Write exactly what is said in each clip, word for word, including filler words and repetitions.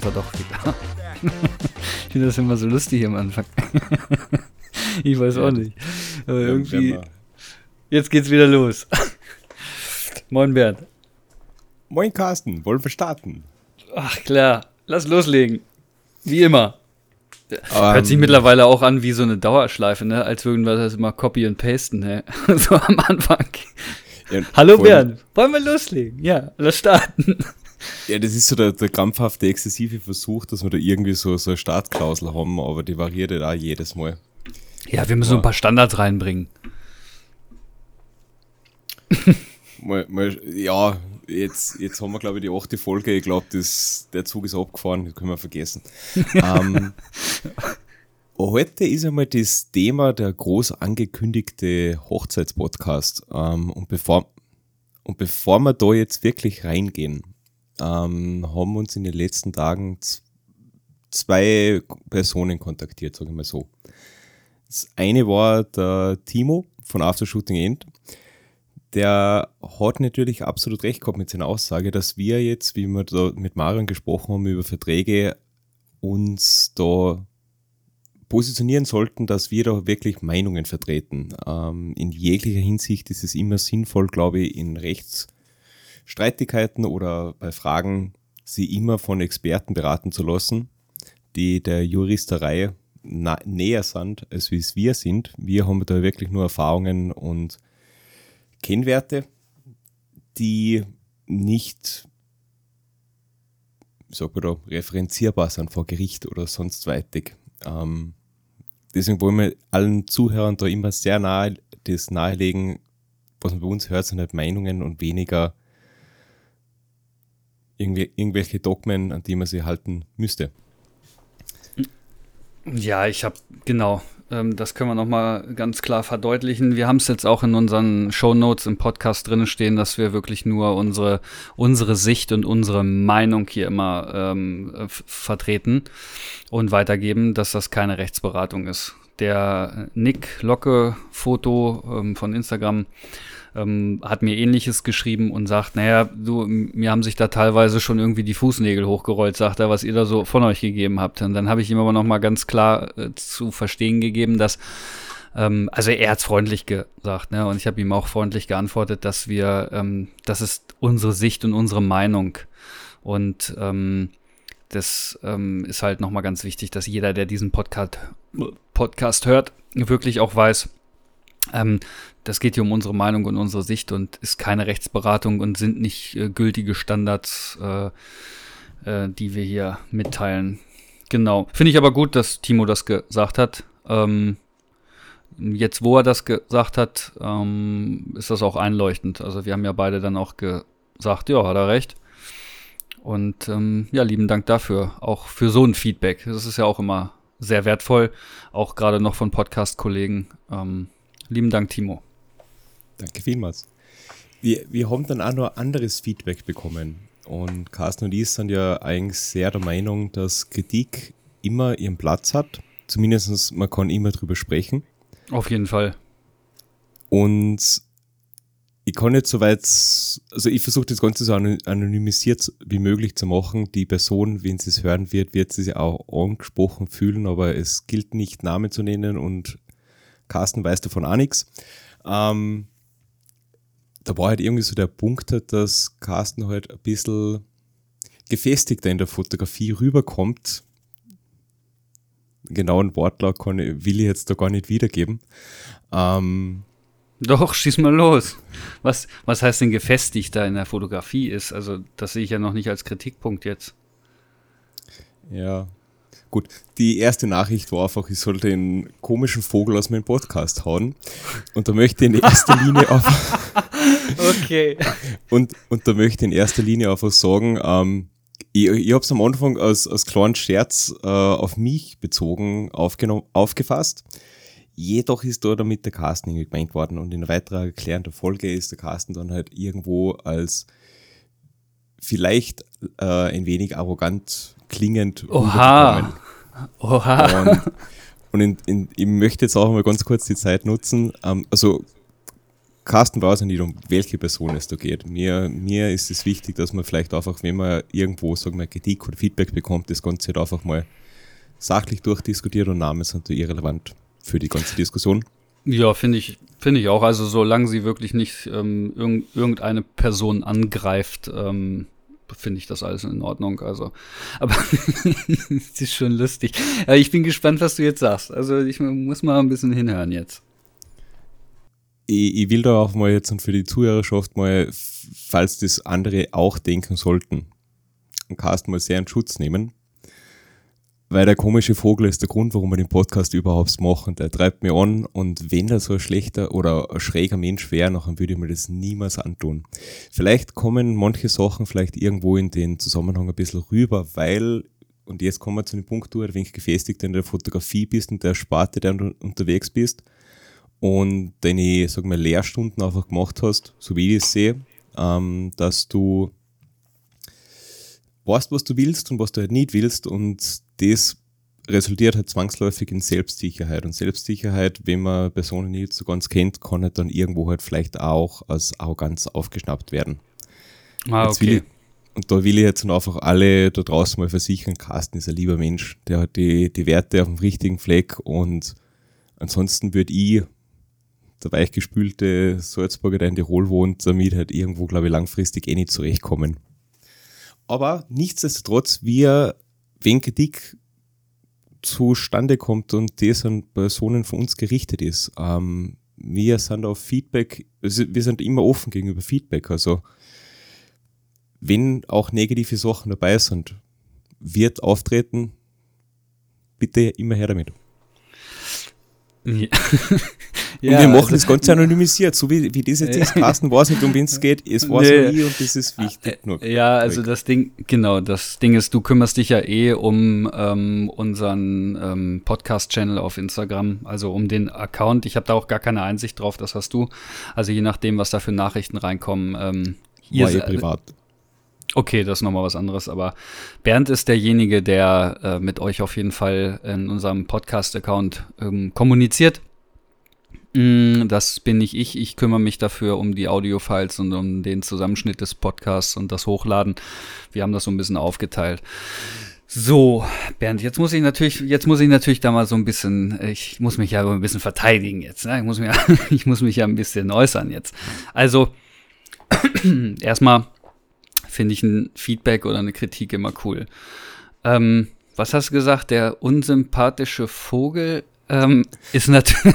war doch wieder. Ich finde das immer so lustig am Anfang. Ich weiß auch nicht. Aber irgendwie. Jetzt geht's wieder los. Moin Bernd. Moin Carsten, wollen wir starten? Ach klar, lass loslegen. Wie immer. Um, Hört sich mittlerweile auch an wie so eine Dauerschleife, ne? Als würden wir das immer copy und pasten, ne? So am Anfang. Ja, Hallo Bernd, wollen wir loslegen? Ja, lass starten. Ja, das ist so der, der krampfhafte, exzessive Versuch, dass wir da irgendwie so, so eine Startklausel haben, aber die variiert ja auch jedes Mal. Ja, wir müssen aber ein paar Standards reinbringen. Mal, mal, ja, jetzt, jetzt haben wir, glaube ich, die achte Folge. Ich glaube, der Zug ist abgefahren, das können wir vergessen. ähm, heute ist einmal das Thema der groß angekündigte Hochzeitspodcast. Ähm, und, bevor, und bevor wir da jetzt wirklich reingehen, ähm, haben uns in den letzten Tagen z- zwei Personen kontaktiert, sagen wir mal so. Das eine war der Timo von After Shooting End. Der hat natürlich absolut recht gehabt mit seiner Aussage, dass wir jetzt, wie wir da mit Marion gesprochen haben über Verträge, uns da positionieren sollten, dass wir da wirklich Meinungen vertreten. Ähm, in jeglicher Hinsicht ist es immer sinnvoll, glaube ich, in Rechtsstreitigkeiten oder bei Fragen sie immer von Experten beraten zu lassen, die der Juristerei na- näher sind, als wie es wir sind. Wir haben da wirklich nur Erfahrungen und Kennwerte, die nicht, sag mal da, referenzierbar sind vor Gericht oder sonst weitig. Ähm, deswegen wollen wir allen Zuhörern da immer sehr nahe das nahelegen, was man bei uns hört, sind halt Meinungen und weniger irgendwie, irgendwelche Dogmen, an die man sich halten müsste. Ja, ich habe, genau, ähm, das können wir nochmal ganz klar verdeutlichen. Wir haben es jetzt auch in unseren Shownotes im Podcast drin stehen, dass wir wirklich nur unsere, unsere Sicht und unsere Meinung hier immer ähm, f- vertreten und weitergeben, dass das keine Rechtsberatung ist. Der Nick Locke-Foto ähm, von Instagram ähm, hat mir Ähnliches geschrieben und sagt, naja, du, mir haben sich da teilweise schon irgendwie die Fußnägel hochgerollt, sagt er, was ihr da so von euch gegeben habt. Und dann habe ich ihm aber nochmal ganz klar äh, zu verstehen gegeben, dass, ähm, also er hat es freundlich gesagt, ne, und ich habe ihm auch freundlich geantwortet, dass wir, ähm, das ist unsere Sicht und unsere Meinung. Und ähm, das ähm, ist halt nochmal ganz wichtig, dass jeder, der diesen Podcast, Podcast hört, wirklich auch weiß, ähm, das geht hier um unsere Meinung und unsere Sicht und ist keine Rechtsberatung und sind nicht äh, gültige Standards, äh, äh, die wir hier mitteilen. Genau. Finde ich aber gut, dass Timo das gesagt hat. Ähm, jetzt, wo er das gesagt hat, ähm, ist das auch einleuchtend. Also wir haben ja beide dann auch gesagt, ja, hat er recht. Und ähm, ja, lieben Dank dafür, auch für so ein Feedback. Das ist ja auch immer sehr wertvoll, auch gerade noch von Podcast-Kollegen. Ähm, lieben Dank, Timo. Danke vielmals. Wir, wir haben dann auch noch anderes Feedback bekommen. Und Carsten und ich sind ja eigentlich sehr der Meinung, dass Kritik immer ihren Platz hat. Zumindest man kann immer drüber sprechen. Auf jeden Fall. Und ich kann jetzt soweit, also ich versuche das Ganze so anonymisiert wie möglich zu machen. Die Person, wenn sie es hören wird, wird sie sich auch angesprochen fühlen, aber es gilt nicht, Namen zu nennen und Carsten weiß davon auch nichts. Ähm, da war halt irgendwie so der Punkt, dass Carsten halt ein bisschen gefestigter in der Fotografie rüberkommt. Genauen Wortlaut kann ich, will ich jetzt da gar nicht wiedergeben. Ähm, Doch, schieß mal los. Was, was heißt denn gefestigter in der Fotografie ist? Also das sehe ich ja noch nicht als Kritikpunkt jetzt. Ja, gut. Die erste Nachricht war einfach, ich sollte den komischen Vogel aus meinem Podcast hauen. Und da möchte ich in erster Linie auf Okay. und, und da möchte ich in erster Linie einfach sagen, ähm, ich, ich habe es am Anfang als, als kleinen Scherz äh, auf mich bezogen aufgenommen, aufgefasst. Jedoch ist da damit der Carsten irgendwie gemeint worden und in weiterer erklärender Folge ist der Carsten dann halt irgendwo als vielleicht äh, ein wenig arrogant klingend Oha. Oha. Und, und in, in, ich möchte jetzt auch mal ganz kurz die Zeit nutzen. Ähm, also Carsten weiß ja nicht, um welche Person es da geht. Mir, mir ist es wichtig, dass man vielleicht einfach, wenn man irgendwo, sagen wir, Kritik oder Feedback bekommt, das Ganze halt einfach mal sachlich durchdiskutiert und Namen sind da irrelevant für die ganze Diskussion. Ja, finde ich, finde ich auch. Also solange sie wirklich nicht ähm, irg- irgendeine Person angreift, ähm, finde ich das alles in Ordnung. Also, aber es ist schon lustig. Ja, ich bin gespannt, was du jetzt sagst. Also ich muss mal ein bisschen hinhören jetzt. Ich, ich will da auch mal jetzt und für die Zuhörerschaft mal, falls das andere auch denken sollten, einen Carsten mal sehr in Schutz nehmen. Weil der komische Vogel ist der Grund, warum wir den Podcast überhaupt machen. Der treibt mir an und wenn er so ein schlechter oder ein schräger Mensch wäre, dann würde ich mir das niemals antun. Vielleicht kommen manche Sachen vielleicht irgendwo in den Zusammenhang ein bisschen rüber, weil, und jetzt kommen wir zu dem Punkt, du ein wenig gefestigt in der Fotografie bist und der Sparte, der du unterwegs bist und deine, sagen wir, Lehrstunden einfach gemacht hast, so wie ich es sehe, ähm, dass du weißt, was du willst und was du halt nicht willst und das resultiert halt zwangsläufig in Selbstsicherheit und Selbstsicherheit, wenn man Personen nicht so ganz kennt, kann halt dann irgendwo halt vielleicht auch als Arroganz aufgeschnappt werden. Ah, jetzt will okay. ich, und da will ich jetzt einfach alle da draußen mal versichern, Carsten ist ein lieber Mensch, der hat die, die Werte auf dem richtigen Fleck und ansonsten würde ich, der weichgespülte Salzburger, der in Tirol wohnt, damit halt irgendwo, glaube ich, langfristig eh nicht zurechtkommen. Aber nichtsdestotrotz, wir, wenn Kritik zustande kommt und das an Personen von uns gerichtet ist, ähm, wir sind auf Feedback, also wir sind immer offen gegenüber Feedback, also wenn auch negative Sachen dabei sind, wird auftreten, bitte immer her damit. Ja. Und Ja, wir machen also, das Ganze anonymisiert, so wie, wie das jetzt ist. Carsten weiß nicht, um wen es geht, es weiß Nee. nur ich und das ist wichtig. Nur Ja, also das Ding, genau, das Ding ist, du kümmerst dich ja eh um ähm, unseren ähm, Podcast-Channel auf Instagram, also um den Account. Ich habe da auch gar keine Einsicht drauf, das hast du. Also je nachdem, was da für Nachrichten reinkommen. Ähm, ihr war eh se- privat. Okay, das ist nochmal was anderes, aber Bernd ist derjenige, der äh, mit euch auf jeden Fall in unserem Podcast-Account ähm, kommuniziert. Mm, Das bin nicht ich. Ich kümmere mich dafür um die Audio-Files und um den Zusammenschnitt des Podcasts und das Hochladen. Wir haben das so ein bisschen aufgeteilt. So, Bernd, jetzt muss ich natürlich, jetzt muss ich natürlich da mal so ein bisschen, ich muss mich ja ein bisschen verteidigen jetzt. Ne? Ich muss mich, ich muss mich ja ein bisschen äußern jetzt. Also, erstmal finde ich ein Feedback oder eine Kritik immer cool. Ähm, was hast du gesagt? Der unsympathische Vogel ähm, ist natürlich.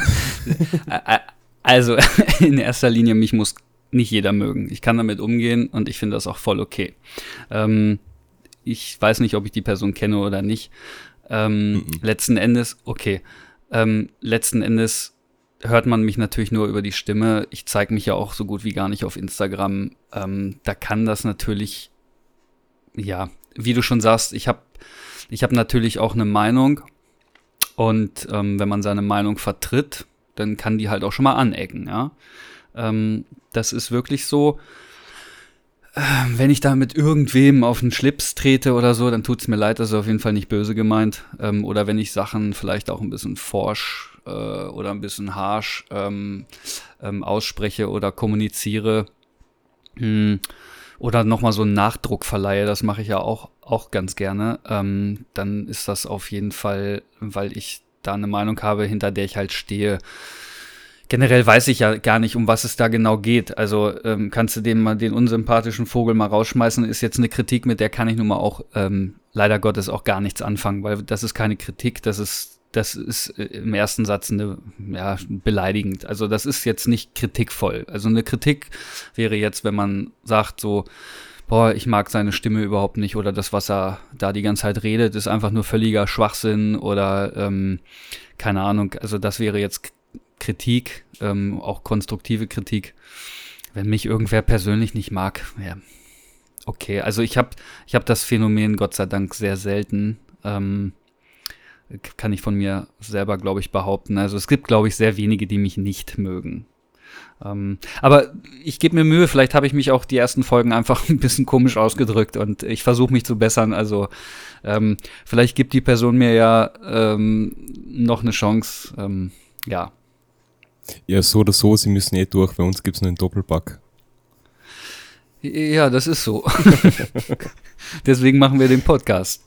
Also, in erster Linie, mich muss nicht jeder mögen. Ich kann damit umgehen und ich finde das auch voll okay. Ähm, ich weiß nicht, ob ich die Person kenne oder nicht. Ähm, Mhm. Letzten Endes, okay. Ähm, letzten Endes hört man mich natürlich nur über die Stimme. Ich zeige mich ja auch so gut wie gar nicht auf Instagram. Ähm, da kann das natürlich, ja, wie du schon sagst, ich habe ich hab natürlich auch eine Meinung. Und ähm, wenn man seine Meinung vertritt, dann kann die halt auch schon mal anecken, ja. Ähm, das ist wirklich so. Ähm, wenn ich da mit irgendwem auf den Schlips trete oder so, dann tut es mir leid, das ist auf jeden Fall nicht böse gemeint. Ähm, oder wenn ich Sachen vielleicht auch ein bisschen forsch äh, oder ein bisschen harsh ähm, ähm, ausspreche oder kommuniziere hm, oder nochmal so einen Nachdruck verleihe, das mache ich ja auch, auch ganz gerne, ähm, dann ist das auf jeden Fall, weil ich da eine Meinung habe, hinter der ich halt stehe. Generell weiß ich ja gar nicht, um was es da genau geht. Also ähm, kannst du den mal den unsympathischen Vogel mal rausschmeißen, ist jetzt eine Kritik, mit der kann ich nun mal auch ähm, leider Gottes auch gar nichts anfangen, weil das ist keine Kritik, das ist das ist äh, im ersten Satz eine, ja, beleidigend. Also das ist jetzt nicht kritikvoll. Also eine Kritik wäre jetzt, wenn man sagt so, boah, ich mag seine Stimme überhaupt nicht oder das, was er da die ganze Zeit redet, ist einfach nur völliger Schwachsinn oder ähm, keine Ahnung. Also das wäre jetzt Kritik, ähm, auch konstruktive Kritik. Wenn mich irgendwer persönlich nicht mag, ja, okay. Also ich habe ich hab das Phänomen Gott sei Dank sehr selten. Ähm, kann ich von mir selber, glaube ich, behaupten. Also es gibt, glaube ich, sehr wenige, die mich nicht mögen. Ähm, aber ich gebe mir Mühe, vielleicht habe ich mich auch die ersten Folgen einfach ein bisschen komisch ausgedrückt und ich versuche mich zu bessern. Also ähm, vielleicht gibt die Person mir ja ähm, noch eine Chance. Ähm, ja. Ja, so oder so, sie müssen eh durch. Bei uns gibt es nur einen Doppelpack. Ja, das ist so. Deswegen machen wir den Podcast.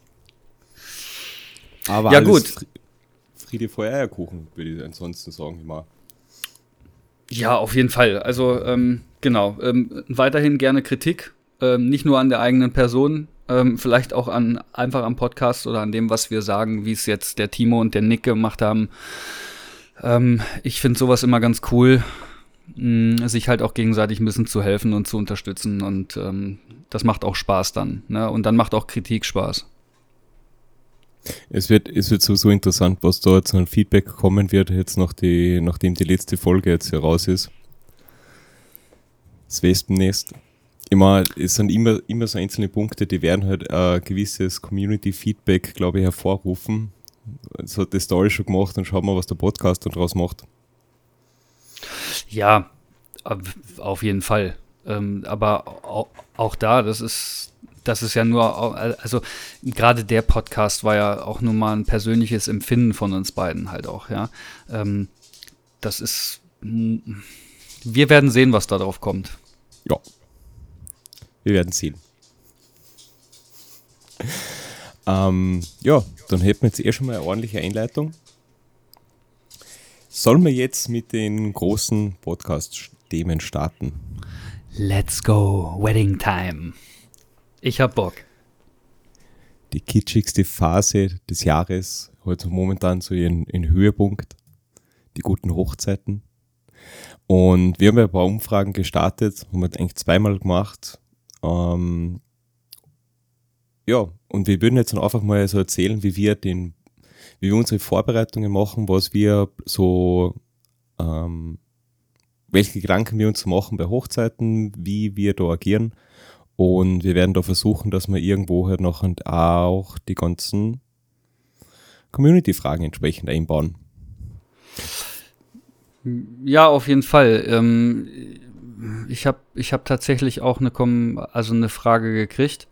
Aber ja, alles gut. Friede vor Eierkuchen, würde ich ansonsten sagen. Immer. Ja, auf jeden Fall. Also, ähm, genau. Ähm, weiterhin gerne Kritik. Ähm, nicht nur an der eigenen Person, ähm, vielleicht auch an einfach am Podcast oder an dem, was wir sagen, wie es jetzt der Timo und der Nick gemacht haben. Ähm, ich finde sowas immer ganz cool, mh, sich halt auch gegenseitig ein bisschen zu helfen und zu unterstützen. Und ähm, das macht auch Spaß dann. Ne? Und dann macht auch Kritik Spaß. Es wird, es wird sowieso interessant, was da jetzt an Feedback kommen wird, jetzt noch die, nachdem die letzte Folge jetzt heraus ist. Das Wespennest. Immer, es sind immer, immer so einzelne Punkte, die werden halt ein gewisses Community-Feedback, glaube ich, hervorrufen. Das hat die Story schon gemacht und schauen wir, was der Podcast daraus macht. Ja, auf jeden Fall. Ähm, aber auch, auch da, das ist, das ist ja nur, also gerade der Podcast war ja auch nur mal ein persönliches Empfinden von uns beiden halt auch, ja. Ähm, das ist, wir werden sehen, was da drauf kommt. Ja. Wir werden sehen. ähm, ja, dann hätten wir jetzt eh schon mal eine ordentliche Einleitung. Sollen wir jetzt mit den großen Podcast-Themen starten? Let's go, Wedding Time. Ich hab Bock. Die kitschigste Phase des Jahres, heute momentan so in, in Höhepunkt, die guten Hochzeiten. Und wir haben ja ein paar Umfragen gestartet, haben wir eigentlich zweimal gemacht. Ähm, ja, und wir würden jetzt dann einfach mal so erzählen, wie wir den, wie wir unsere Vorbereitungen machen, was wir so, ähm, welche Gedanken wir uns machen bei Hochzeiten, wie wir da agieren. Und wir werden da versuchen, dass wir irgendwo halt noch und auch die ganzen Community-Fragen entsprechend einbauen. Ja, auf jeden Fall. Ähm, ich habe ich hab tatsächlich auch eine, Kom- also eine Frage gekriegt.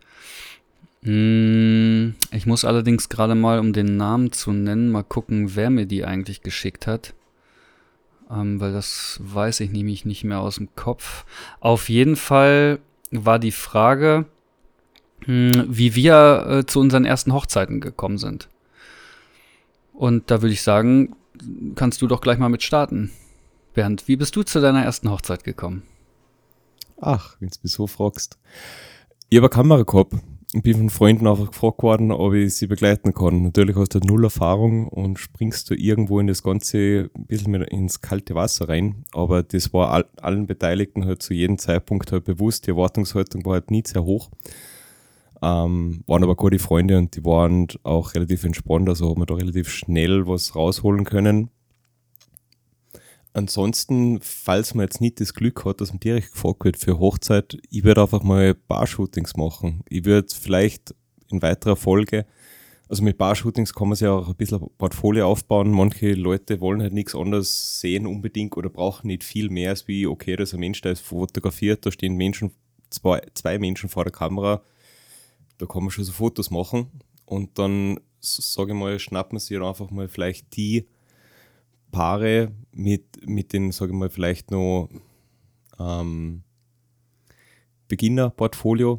Hm, Ich muss allerdings gerade mal, um den Namen zu nennen, mal gucken, wer mir die eigentlich geschickt hat. Ähm, weil das weiß ich nämlich nicht mehr aus dem Kopf. Auf jeden Fall war die Frage, mh, wie wir äh, zu unseren ersten Hochzeiten gekommen sind. Und da würde ich sagen, kannst du doch gleich mal mit starten. Bernd, wie bist du zu deiner ersten Hochzeit gekommen? Ach, wenn du mich so fragst. Ich habe eine Kamera gehabt und bin von Freunden einfach gefragt worden, ob ich sie begleiten kann. Natürlich hast du null Erfahrung und springst du irgendwo in das Ganze ein bisschen mehr ins kalte Wasser rein. Aber das war all, allen Beteiligten halt zu jedem Zeitpunkt halt bewusst. Die Erwartungshaltung war halt nie sehr hoch. Ähm, waren aber gute Freunde und die waren auch relativ entspannt. Also haben wir da relativ schnell was rausholen können. Ansonsten, falls man jetzt nicht das Glück hat, dass man direkt gefragt wird für Hochzeit, ich würde einfach mal Paar-Shootings machen. Ich würde vielleicht in weiterer Folge, also mit Paar-Shootings kann man sich auch ein bisschen ein Portfolio aufbauen. Manche Leute wollen halt nichts anderes sehen unbedingt oder brauchen nicht viel mehr als wie, okay, da ist ein Mensch, der ist fotografiert, da stehen Menschen, zwei, zwei Menschen vor der Kamera, da kann man schon so Fotos machen und dann, sage ich mal, schnappt man sich einfach mal vielleicht die Paare mit, mit den, sage ich mal, vielleicht noch ähm, Beginner-Portfolio,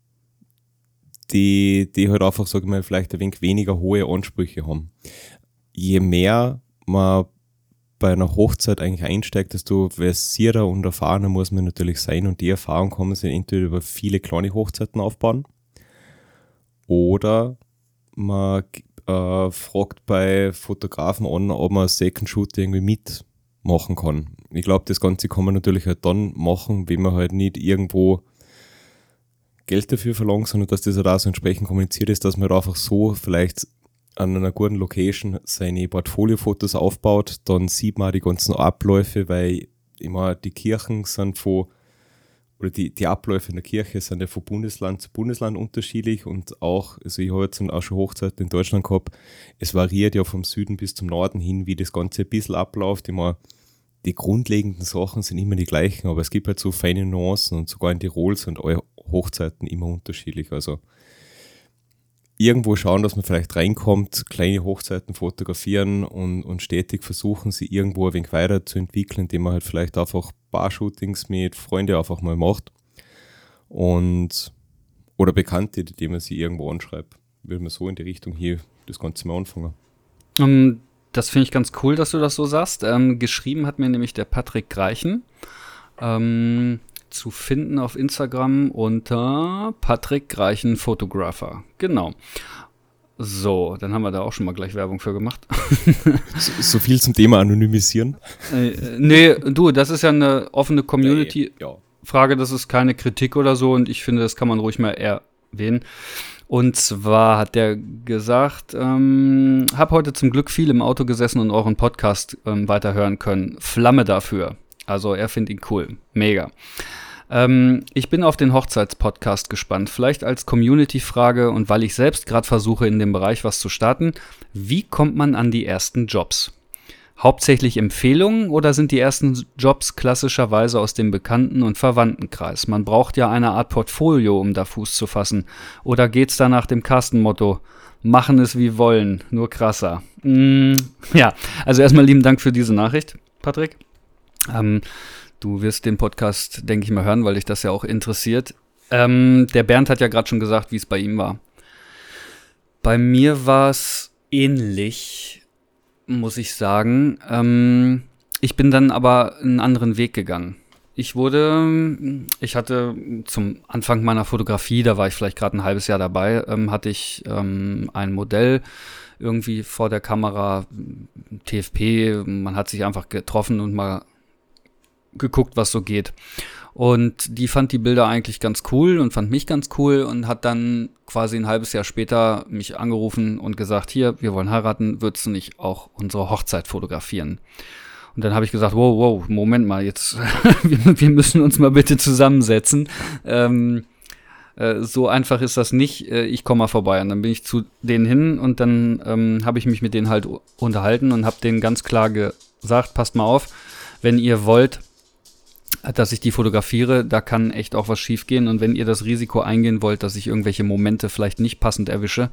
die, die halt einfach, sage ich mal, vielleicht ein wenig weniger hohe Ansprüche haben. Je mehr man bei einer Hochzeit eigentlich einsteigt, desto versierter und erfahrener muss man natürlich sein und die Erfahrung kann man sich entweder über viele kleine Hochzeiten aufbauen oder man Äh, fragt bei Fotografen an, ob man Second Shoot irgendwie mitmachen kann. Ich glaube, das Ganze kann man natürlich halt dann machen, wenn man halt nicht irgendwo Geld dafür verlangt, sondern dass das halt auch so entsprechend kommuniziert ist, dass man halt einfach so vielleicht an einer guten Location seine Portfoliofotos aufbaut. Dann sieht man auch die ganzen Abläufe, weil immer die Kirchen sind von oder die, die Abläufe in der Kirche sind ja von Bundesland zu Bundesland unterschiedlich und auch, also ich habe jetzt auch schon Hochzeiten in Deutschland gehabt, es variiert ja vom Süden bis zum Norden hin, wie das Ganze ein bisschen abläuft. Immer die grundlegenden Sachen sind immer die gleichen, aber es gibt halt so feine Nuancen und sogar in Tirol sind alle Hochzeiten immer unterschiedlich. Also irgendwo schauen, dass man vielleicht reinkommt, kleine Hochzeiten fotografieren und, und stetig versuchen, sie irgendwo ein wenig weiterzuentwickeln, indem man halt vielleicht einfach Paar-Shootings mit Freunden einfach mal macht. Und oder Bekannte, die man sie irgendwo anschreibt. Will man so in die Richtung hier das Ganze mal anfangen. Um, das finde ich ganz cool, dass du das so sagst. Ähm, geschrieben hat mir nämlich der Patrick Greichen. Ähm, zu finden auf Instagram unter Patrick Greichen Photographer. Genau. So, dann haben wir da auch schon mal gleich Werbung für gemacht. so, so viel zum Thema Anonymisieren. Äh, nee, du, das ist ja eine offene Community-Frage, ja. Das ist keine Kritik oder so und ich finde, das kann man ruhig mal erwähnen. Und zwar hat der gesagt, ähm, hab heute zum Glück viel im Auto gesessen und euren Podcast ähm, weiterhören können. Flamme dafür. Also er findet ihn cool. Mega. Ähm, ich bin auf den Hochzeitspodcast gespannt. Vielleicht als Community-Frage und weil ich selbst gerade versuche, in dem Bereich was zu starten. Wie kommt man an die ersten Jobs? Hauptsächlich Empfehlungen oder sind die ersten Jobs klassischerweise aus dem Bekannten- und Verwandtenkreis? Man braucht ja eine Art Portfolio, um da Fuß zu fassen. Oder geht's da nach dem Carsten-Motto? Machen es wie wollen, nur krasser. Mm, ja, also erstmal lieben Dank für diese Nachricht, Patrick. Ähm, du wirst den Podcast, denke ich mal, hören, weil dich das ja auch interessiert. Ähm, der Bernd hat ja gerade schon gesagt, wie es bei ihm war. Bei mir war es ähnlich, muss ich sagen. Ähm, ich bin dann aber einen anderen Weg gegangen. Ich wurde, ich hatte zum Anfang meiner Fotografie, da war ich vielleicht gerade ein halbes Jahr dabei, ähm, hatte ich ähm, ein Modell irgendwie vor der Kamera, T F P, man hat sich einfach getroffen und mal geguckt, was so geht. Und die fand die Bilder eigentlich ganz cool und fand mich ganz cool und hat dann quasi ein halbes Jahr später mich angerufen und gesagt, hier, wir wollen heiraten, würdest du nicht auch unsere Hochzeit fotografieren? Und dann habe ich gesagt, wow, wow, Moment mal, jetzt, wir, wir müssen uns mal bitte zusammensetzen. Ähm, äh, so einfach ist das nicht, äh, ich komme mal vorbei. Und dann bin ich zu denen hin und dann ähm, habe ich mich mit denen halt unterhalten und habe denen ganz klar gesagt, passt mal auf, wenn ihr wollt, dass ich die fotografiere, da kann echt auch was schief gehen. Und wenn ihr das Risiko eingehen wollt, dass ich irgendwelche Momente vielleicht nicht passend erwische,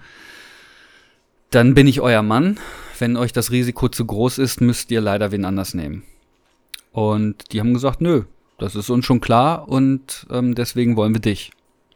dann bin ich euer Mann. Wenn euch das Risiko zu groß ist, müsst ihr leider wen anders nehmen. Und die haben gesagt, nö, das ist uns schon klar und ähm, deswegen wollen wir dich.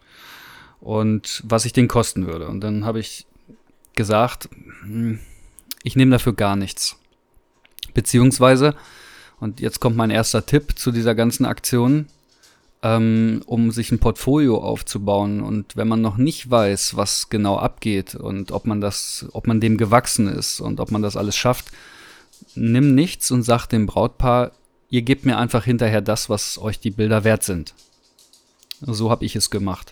Und was ich denen kosten würde. Und dann habe ich gesagt, ich nehme dafür gar nichts. Beziehungsweise, und jetzt kommt mein erster Tipp zu dieser ganzen Aktion, ähm, um sich ein Portfolio aufzubauen. Und wenn man noch nicht weiß, was genau abgeht und ob man das, ob man dem gewachsen ist und ob man das alles schafft, nimm nichts und sag dem Brautpaar, ihr gebt mir einfach hinterher das, was euch die Bilder wert sind. So habe ich es gemacht.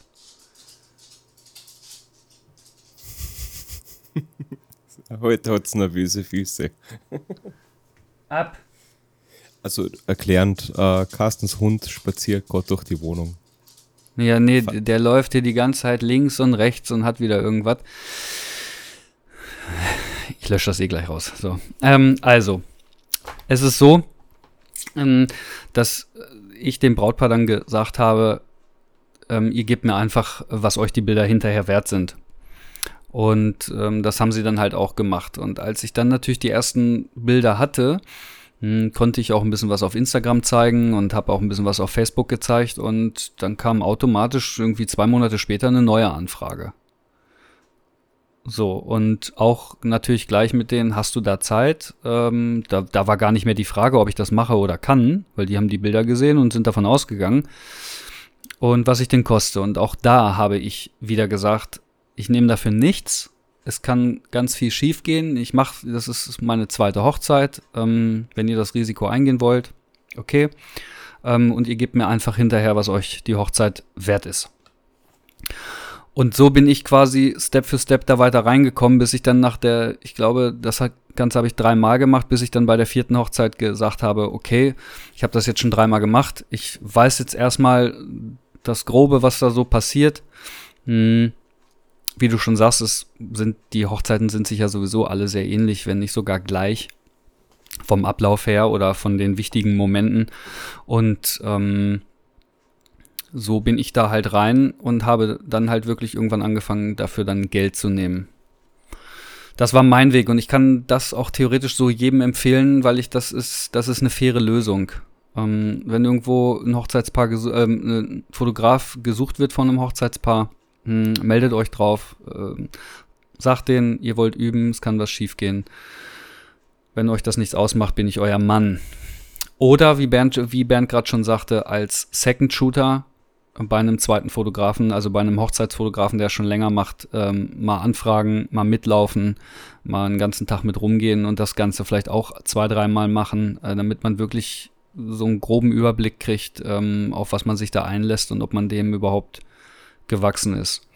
Heute hat es nervöse Füße. Ab. Also erklärend, äh, Carstens Hund spaziert gerade durch die Wohnung. Ja, nee, Fa- der läuft hier die ganze Zeit links und rechts und hat wieder irgendwas. Ich lösche das eh gleich raus. So. Ähm, also, es ist so, ähm, dass ich dem Brautpaar dann gesagt habe, ähm, ihr gebt mir einfach, was euch die Bilder hinterher wert sind. Und ähm, das haben sie dann halt auch gemacht. Und als ich dann natürlich die ersten Bilder hatte, mh, konnte ich auch ein bisschen was auf Instagram zeigen und habe auch ein bisschen was auf Facebook gezeigt. Und dann kam automatisch irgendwie zwei Monate später eine neue Anfrage. So, und auch natürlich gleich mit denen, hast du da Zeit? Ähm, da, da war gar nicht mehr die Frage, ob ich das mache oder kann, weil die haben die Bilder gesehen und sind davon ausgegangen. Und was ich denn koste. Und auch da habe ich wieder gesagt, ich nehme dafür nichts. Es kann ganz viel schief gehen. Ich mache, das ist meine zweite Hochzeit. Ähm, wenn ihr das Risiko eingehen wollt, okay. Ähm, und ihr gebt mir einfach hinterher, was euch die Hochzeit wert ist. Und so bin ich quasi Step für Step da weiter reingekommen, bis ich dann nach der, ich glaube, das Ganze habe ich dreimal gemacht, bis ich dann bei der vierten Hochzeit gesagt habe, okay, ich habe das jetzt schon dreimal gemacht. Ich weiß jetzt erstmal das Grobe, was da so passiert. Hm. Wie du schon sagst, es sind, die Hochzeiten sind sich ja sowieso alle sehr ähnlich, wenn nicht sogar gleich vom Ablauf her oder von den wichtigen Momenten. Und ähm, so bin ich da halt rein und habe dann halt wirklich irgendwann angefangen, dafür dann Geld zu nehmen. Das war mein Weg und ich kann das auch theoretisch so jedem empfehlen, weil ich das ist, das ist eine faire Lösung. Ähm, wenn irgendwo ein Hochzeitspaar, gesu- ähm, ein Fotograf gesucht wird von einem Hochzeitspaar, mh, meldet euch drauf, äh, sagt denen, ihr wollt üben, es kann was schief gehen. Wenn euch das nichts ausmacht, bin ich euer Mann. Oder wie Bernd, wie Bernd gerade schon sagte, als Second Shooter bei einem zweiten Fotografen, also bei einem Hochzeitsfotografen, der schon länger macht, ähm, mal anfragen, mal mitlaufen, mal einen ganzen Tag mit rumgehen und das Ganze vielleicht auch zwei, dreimal machen, äh, damit man wirklich so einen groben Überblick kriegt, ähm, auf was man sich da einlässt und ob man dem überhaupt gewachsen ist.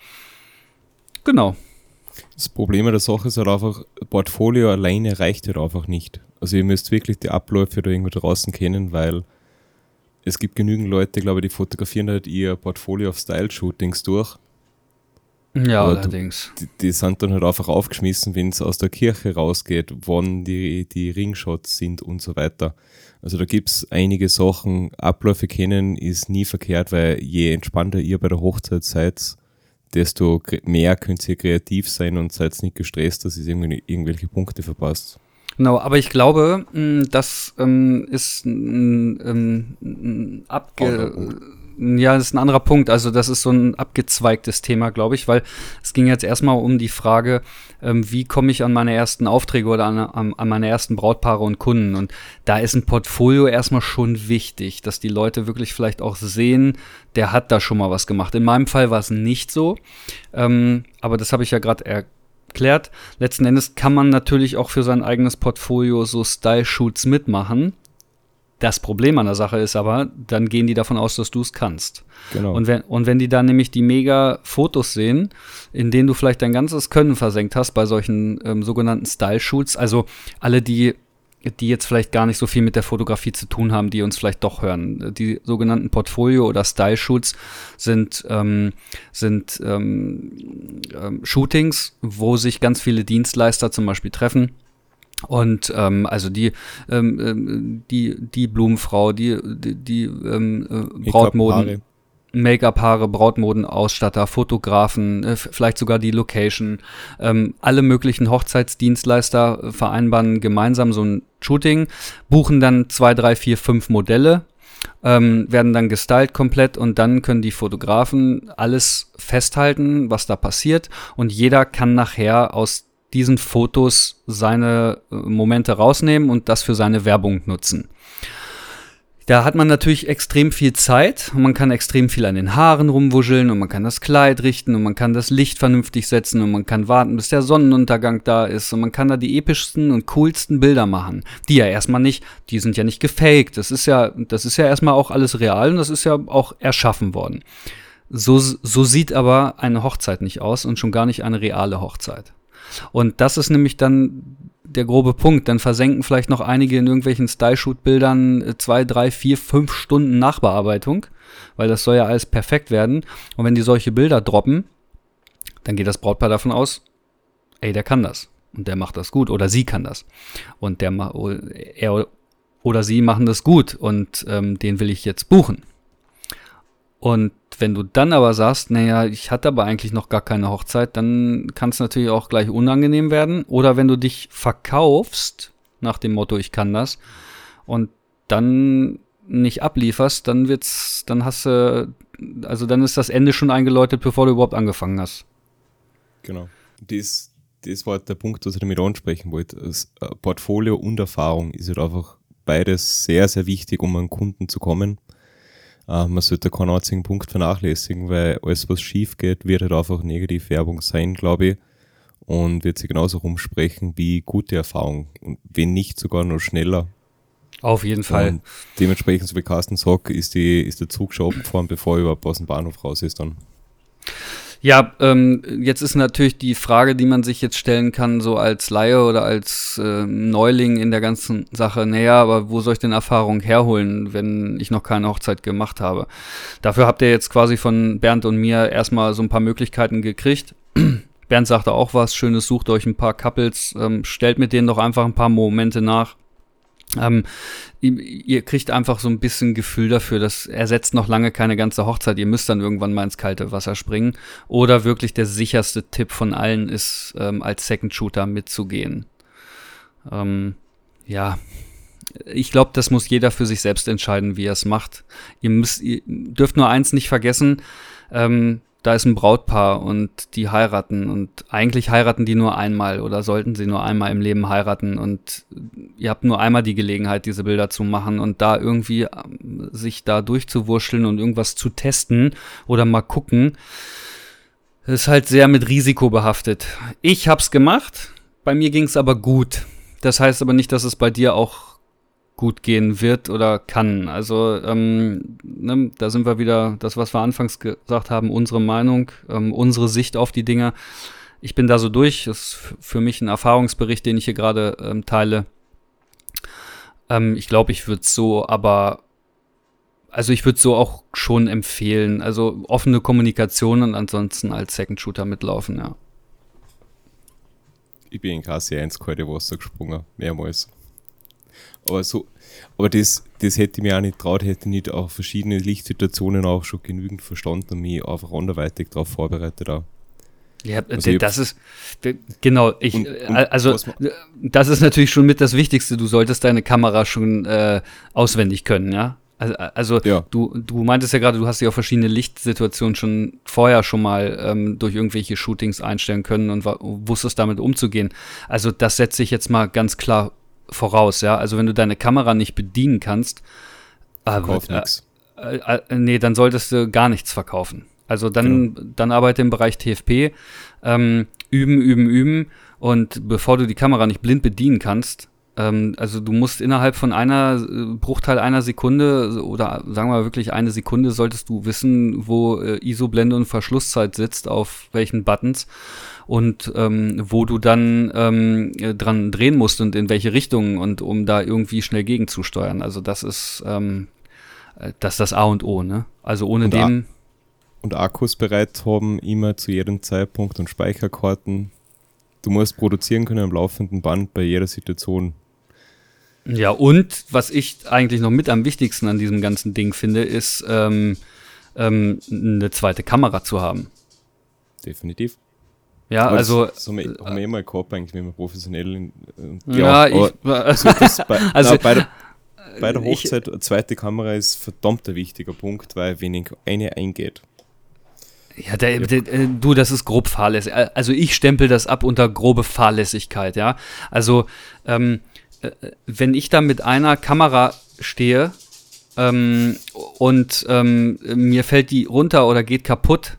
Genau. Das Problem an der Sache ist halt einfach, Portfolio alleine reicht halt einfach nicht. Also ihr müsst wirklich die Abläufe da irgendwo draußen kennen, weil es gibt genügend Leute, glaube ich, die fotografieren halt ihr Portfolio auf Style-Shootings durch. Ja, Aber allerdings. Du, die, die sind dann halt einfach aufgeschmissen, wenn es aus der Kirche rausgeht, wann die, die Ringshots sind und so weiter. Also da gibt es einige Sachen, Abläufe kennen ist nie verkehrt, weil je entspannter ihr bei der Hochzeit seid, desto mehr könnt ihr kreativ sein und seid nicht gestresst, dass ihr irgendwie irgendwelche Punkte verpasst. Genau, aber ich glaube, mh, das ähm, ist ein ähm, ein abge... Ja, das ist ein anderer Punkt. Also das ist so ein abgezweigtes Thema, glaube ich, weil es ging jetzt erstmal um die Frage, ähm, wie komme ich an meine ersten Aufträge oder an, an, an meine ersten Brautpaare und Kunden. Und da ist ein Portfolio erstmal schon wichtig, dass die Leute wirklich vielleicht auch sehen, der hat da schon mal was gemacht. In meinem Fall war es nicht so, ähm, aber das habe ich ja gerade erklärt. Letzten Endes kann man natürlich auch für sein eigenes Portfolio so Style-Shoots mitmachen. Das Problem an der Sache ist aber, dann gehen die davon aus, dass du es kannst. Genau. Und wenn, und wenn die dann nämlich die mega Fotos sehen, in denen du vielleicht dein ganzes Können versenkt hast bei solchen ähm, sogenannten Style-Shoots, also alle, die, die jetzt vielleicht gar nicht so viel mit der Fotografie zu tun haben, die uns vielleicht doch hören. Die sogenannten Portfolio- oder Style-Shoots sind, ähm, sind ähm, ähm, Shootings, wo sich ganz viele Dienstleister zum Beispiel treffen. Und ähm, also die ähm, die die Blumenfrau, die die, die ähm, Brautmoden, Make-up-Haare, Brautmodenausstatter, Fotografen, äh, vielleicht sogar die Location, ähm, alle möglichen Hochzeitsdienstleister vereinbaren gemeinsam so ein Shooting, buchen dann zwei, drei, vier, fünf Modelle, ähm, werden dann gestylt komplett und dann können die Fotografen alles festhalten, was da passiert und jeder kann nachher aus diesen Fotos seine Momente rausnehmen und das für seine Werbung nutzen. Da hat man natürlich extrem viel Zeit und man kann extrem viel an den Haaren rumwuscheln und man kann das Kleid richten und man kann das Licht vernünftig setzen und man kann warten, bis der Sonnenuntergang da ist und man kann da die epischsten und coolsten Bilder machen, die ja erstmal nicht, die sind ja nicht gefaked, das ist ja, das ist ja erstmal auch alles real und das ist ja auch erschaffen worden. So, so sieht aber eine Hochzeit nicht aus und schon gar nicht eine reale Hochzeit. Und das ist nämlich dann der grobe Punkt. Dann versenken vielleicht noch einige in irgendwelchen Style-Shoot-Bildern zwei, drei, vier, fünf Stunden Nachbearbeitung, weil das soll ja alles perfekt werden. Und wenn die solche Bilder droppen, dann geht das Brautpaar davon aus, ey, der kann das. Und der macht das gut. Oder sie kann das. Und der er oder sie machen das gut. Und ähm, den will ich jetzt buchen. Und wenn du dann aber sagst, naja, ich hatte aber eigentlich noch gar keine Hochzeit, dann kann es natürlich auch gleich unangenehm werden. Oder wenn du dich verkaufst, nach dem Motto, ich kann das, und dann nicht ablieferst, dann wird's, dann hast du, also dann ist das Ende schon eingeläutet, bevor du überhaupt angefangen hast. Genau. Das, das war der Punkt, was ich damit ansprechen wollte. Das Portfolio und Erfahrung ist halt einfach beides sehr, sehr wichtig, um an Kunden zu kommen. Uh, man sollte keinen einzigen Punkt vernachlässigen, weil alles, was schief geht, wird halt einfach Negativwerbung sein, glaube ich, und wird sich genauso rumsprechen wie gute Erfahrung und wenn nicht sogar noch schneller. Auf jeden Fall. Und dementsprechend, so wie Carsten sagt, ist, die, ist der Zug schon abgefahren, bevor er überhaupt aus dem Bahnhof raus ist dann. Ja, ähm, jetzt ist natürlich die Frage, die man sich jetzt stellen kann, so als Laie oder als äh, Neuling in der ganzen Sache, naja, aber wo soll ich denn Erfahrung herholen, wenn ich noch keine Hochzeit gemacht habe? Dafür habt ihr jetzt quasi von Bernd und mir erstmal so ein paar Möglichkeiten gekriegt. Bernd sagte auch was Schönes, sucht euch ein paar Couples, ähm, stellt mit denen doch einfach ein paar Momente nach. Ähm, ihr, ihr kriegt einfach so ein bisschen Gefühl dafür, das ersetzt noch lange keine ganze Hochzeit. Ihr müsst dann irgendwann mal ins kalte Wasser springen. Oder wirklich der sicherste Tipp von allen ist, ähm, als Second Shooter mitzugehen. Ähm, ja, ich glaube, das muss jeder für sich selbst entscheiden, wie er es macht. Ihr müsst, ihr dürft nur eins nicht vergessen, ähm, da ist ein Brautpaar und die heiraten und eigentlich heiraten die nur einmal oder sollten sie nur einmal im Leben heiraten und ihr habt nur einmal die Gelegenheit, diese Bilder zu machen und da irgendwie ähm, sich da durchzuwurschteln und irgendwas zu testen oder mal gucken, ist halt sehr mit Risiko behaftet. Ich hab's gemacht, bei mir ging's aber gut. Das heißt aber nicht, dass es bei dir auch gut gehen wird oder kann. Also ähm, ne, da sind wir wieder, das, was wir anfangs gesagt haben, unsere Meinung, ähm, unsere Sicht auf die Dinge. Ich bin da so durch. Das ist f- für mich ein Erfahrungsbericht, den ich hier gerade ähm, teile. Ähm, ich glaube, ich würde so, aber also ich würde so auch schon empfehlen. Also offene Kommunikation und ansonsten als Second Shooter mitlaufen, ja. Ich bin in K C eins kalte Wasser gesprungen, mehrmals. Aber so, aber das, das hätte ich mir auch nicht traut, hätte nicht auch verschiedene Lichtsituationen auch schon genügend verstanden und mich einfach anderweitig darauf vorbereitet auch. Ja, Also das ist, genau, ich, Und- und also, was man- das ist natürlich schon mit das Wichtigste. Du solltest deine Kamera schon äh, auswendig können, ja. Also, also Ja. du, du meintest ja gerade, du hast ja auch verschiedene Lichtsituationen schon vorher schon mal ähm, durch irgendwelche Shootings einstellen können und wa- wusstest damit umzugehen. Also, das setze ich jetzt mal ganz klar voraus, ja. Also, wenn du deine Kamera nicht bedienen kannst, Kauf äh, nix. äh, äh, nee, dann solltest du gar nichts verkaufen. Also dann, dann arbeite im Bereich T F P, ähm, üben, üben, üben und bevor du die Kamera nicht blind bedienen kannst, ähm, also du musst innerhalb von einer äh, Bruchteil einer Sekunde oder sagen wir mal wirklich eine Sekunde solltest du wissen, wo äh, I S O-Blende und Verschlusszeit sitzt, auf welchen Buttons und ähm, wo du dann ähm, äh, dran drehen musst und in welche Richtung und um da irgendwie schnell gegenzusteuern. Also das ist ähm, äh, das ist das A und O, ne? Also ohne Und dem Und Akkus bereit haben, immer zu jedem Zeitpunkt und Speicherkarten. Du musst produzieren können am laufenden Band bei jeder Situation. Ja, und was ich eigentlich noch mit am wichtigsten an diesem ganzen Ding finde, ist ähm, ähm, eine zweite Kamera zu haben. Definitiv. Ja, Aber also das, das haben wir, haben wir immer gehabt, eigentlich, wenn wir professionell. In, äh, ja, aber ich so das bei, also na, bei, der, bei der ich- Hochzeit, eine zweite Kamera ist verdammt ein wichtiger Punkt, weil wenn eine eingeht, ja, der, der, äh, du, das ist grob fahrlässig. Also ich stempel das ab unter grobe Fahrlässigkeit, ja. Also ähm, äh, wenn ich da mit einer Kamera stehe ähm, und ähm, mir fällt die runter oder geht kaputt,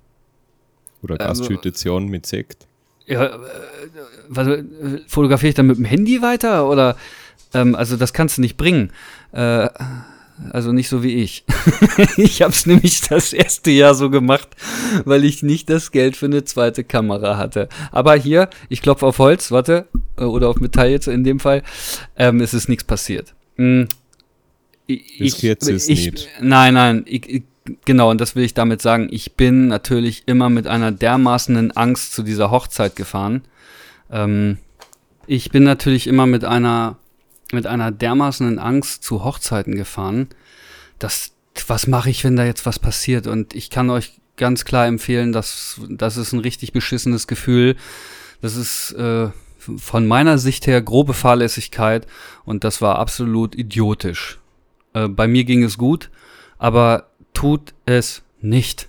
oder Also- Gastsituation mit Sekt. ja, äh, was, äh, fotografiere ich dann mit dem Handy weiter oder ähm, also das kannst du nicht bringen. Äh, also nicht so wie ich. Ich habe es nämlich das erste Jahr so gemacht, weil ich nicht das Geld für eine zweite Kamera hatte. Aber hier, ich klopfe auf Holz, warte, äh, oder auf Metall jetzt in dem Fall, ähm, es ist nichts passiert. Hm. Ich, Riskiert's es ich, nicht. Nein, nein, ich, ich, genau, und das will ich damit sagen. Ich bin natürlich immer mit einer dermaßenen Angst zu dieser Hochzeit gefahren. Ähm, ich bin natürlich immer mit einer mit einer dermaßenen Angst zu Hochzeiten gefahren, dass, was mache ich, wenn da jetzt was passiert? Und ich kann euch ganz klar empfehlen, dass das ist ein richtig beschissenes Gefühl. Das ist äh, von meiner Sicht her grobe Fahrlässigkeit und das war absolut idiotisch. Äh, bei mir ging es gut, aber tut es nicht.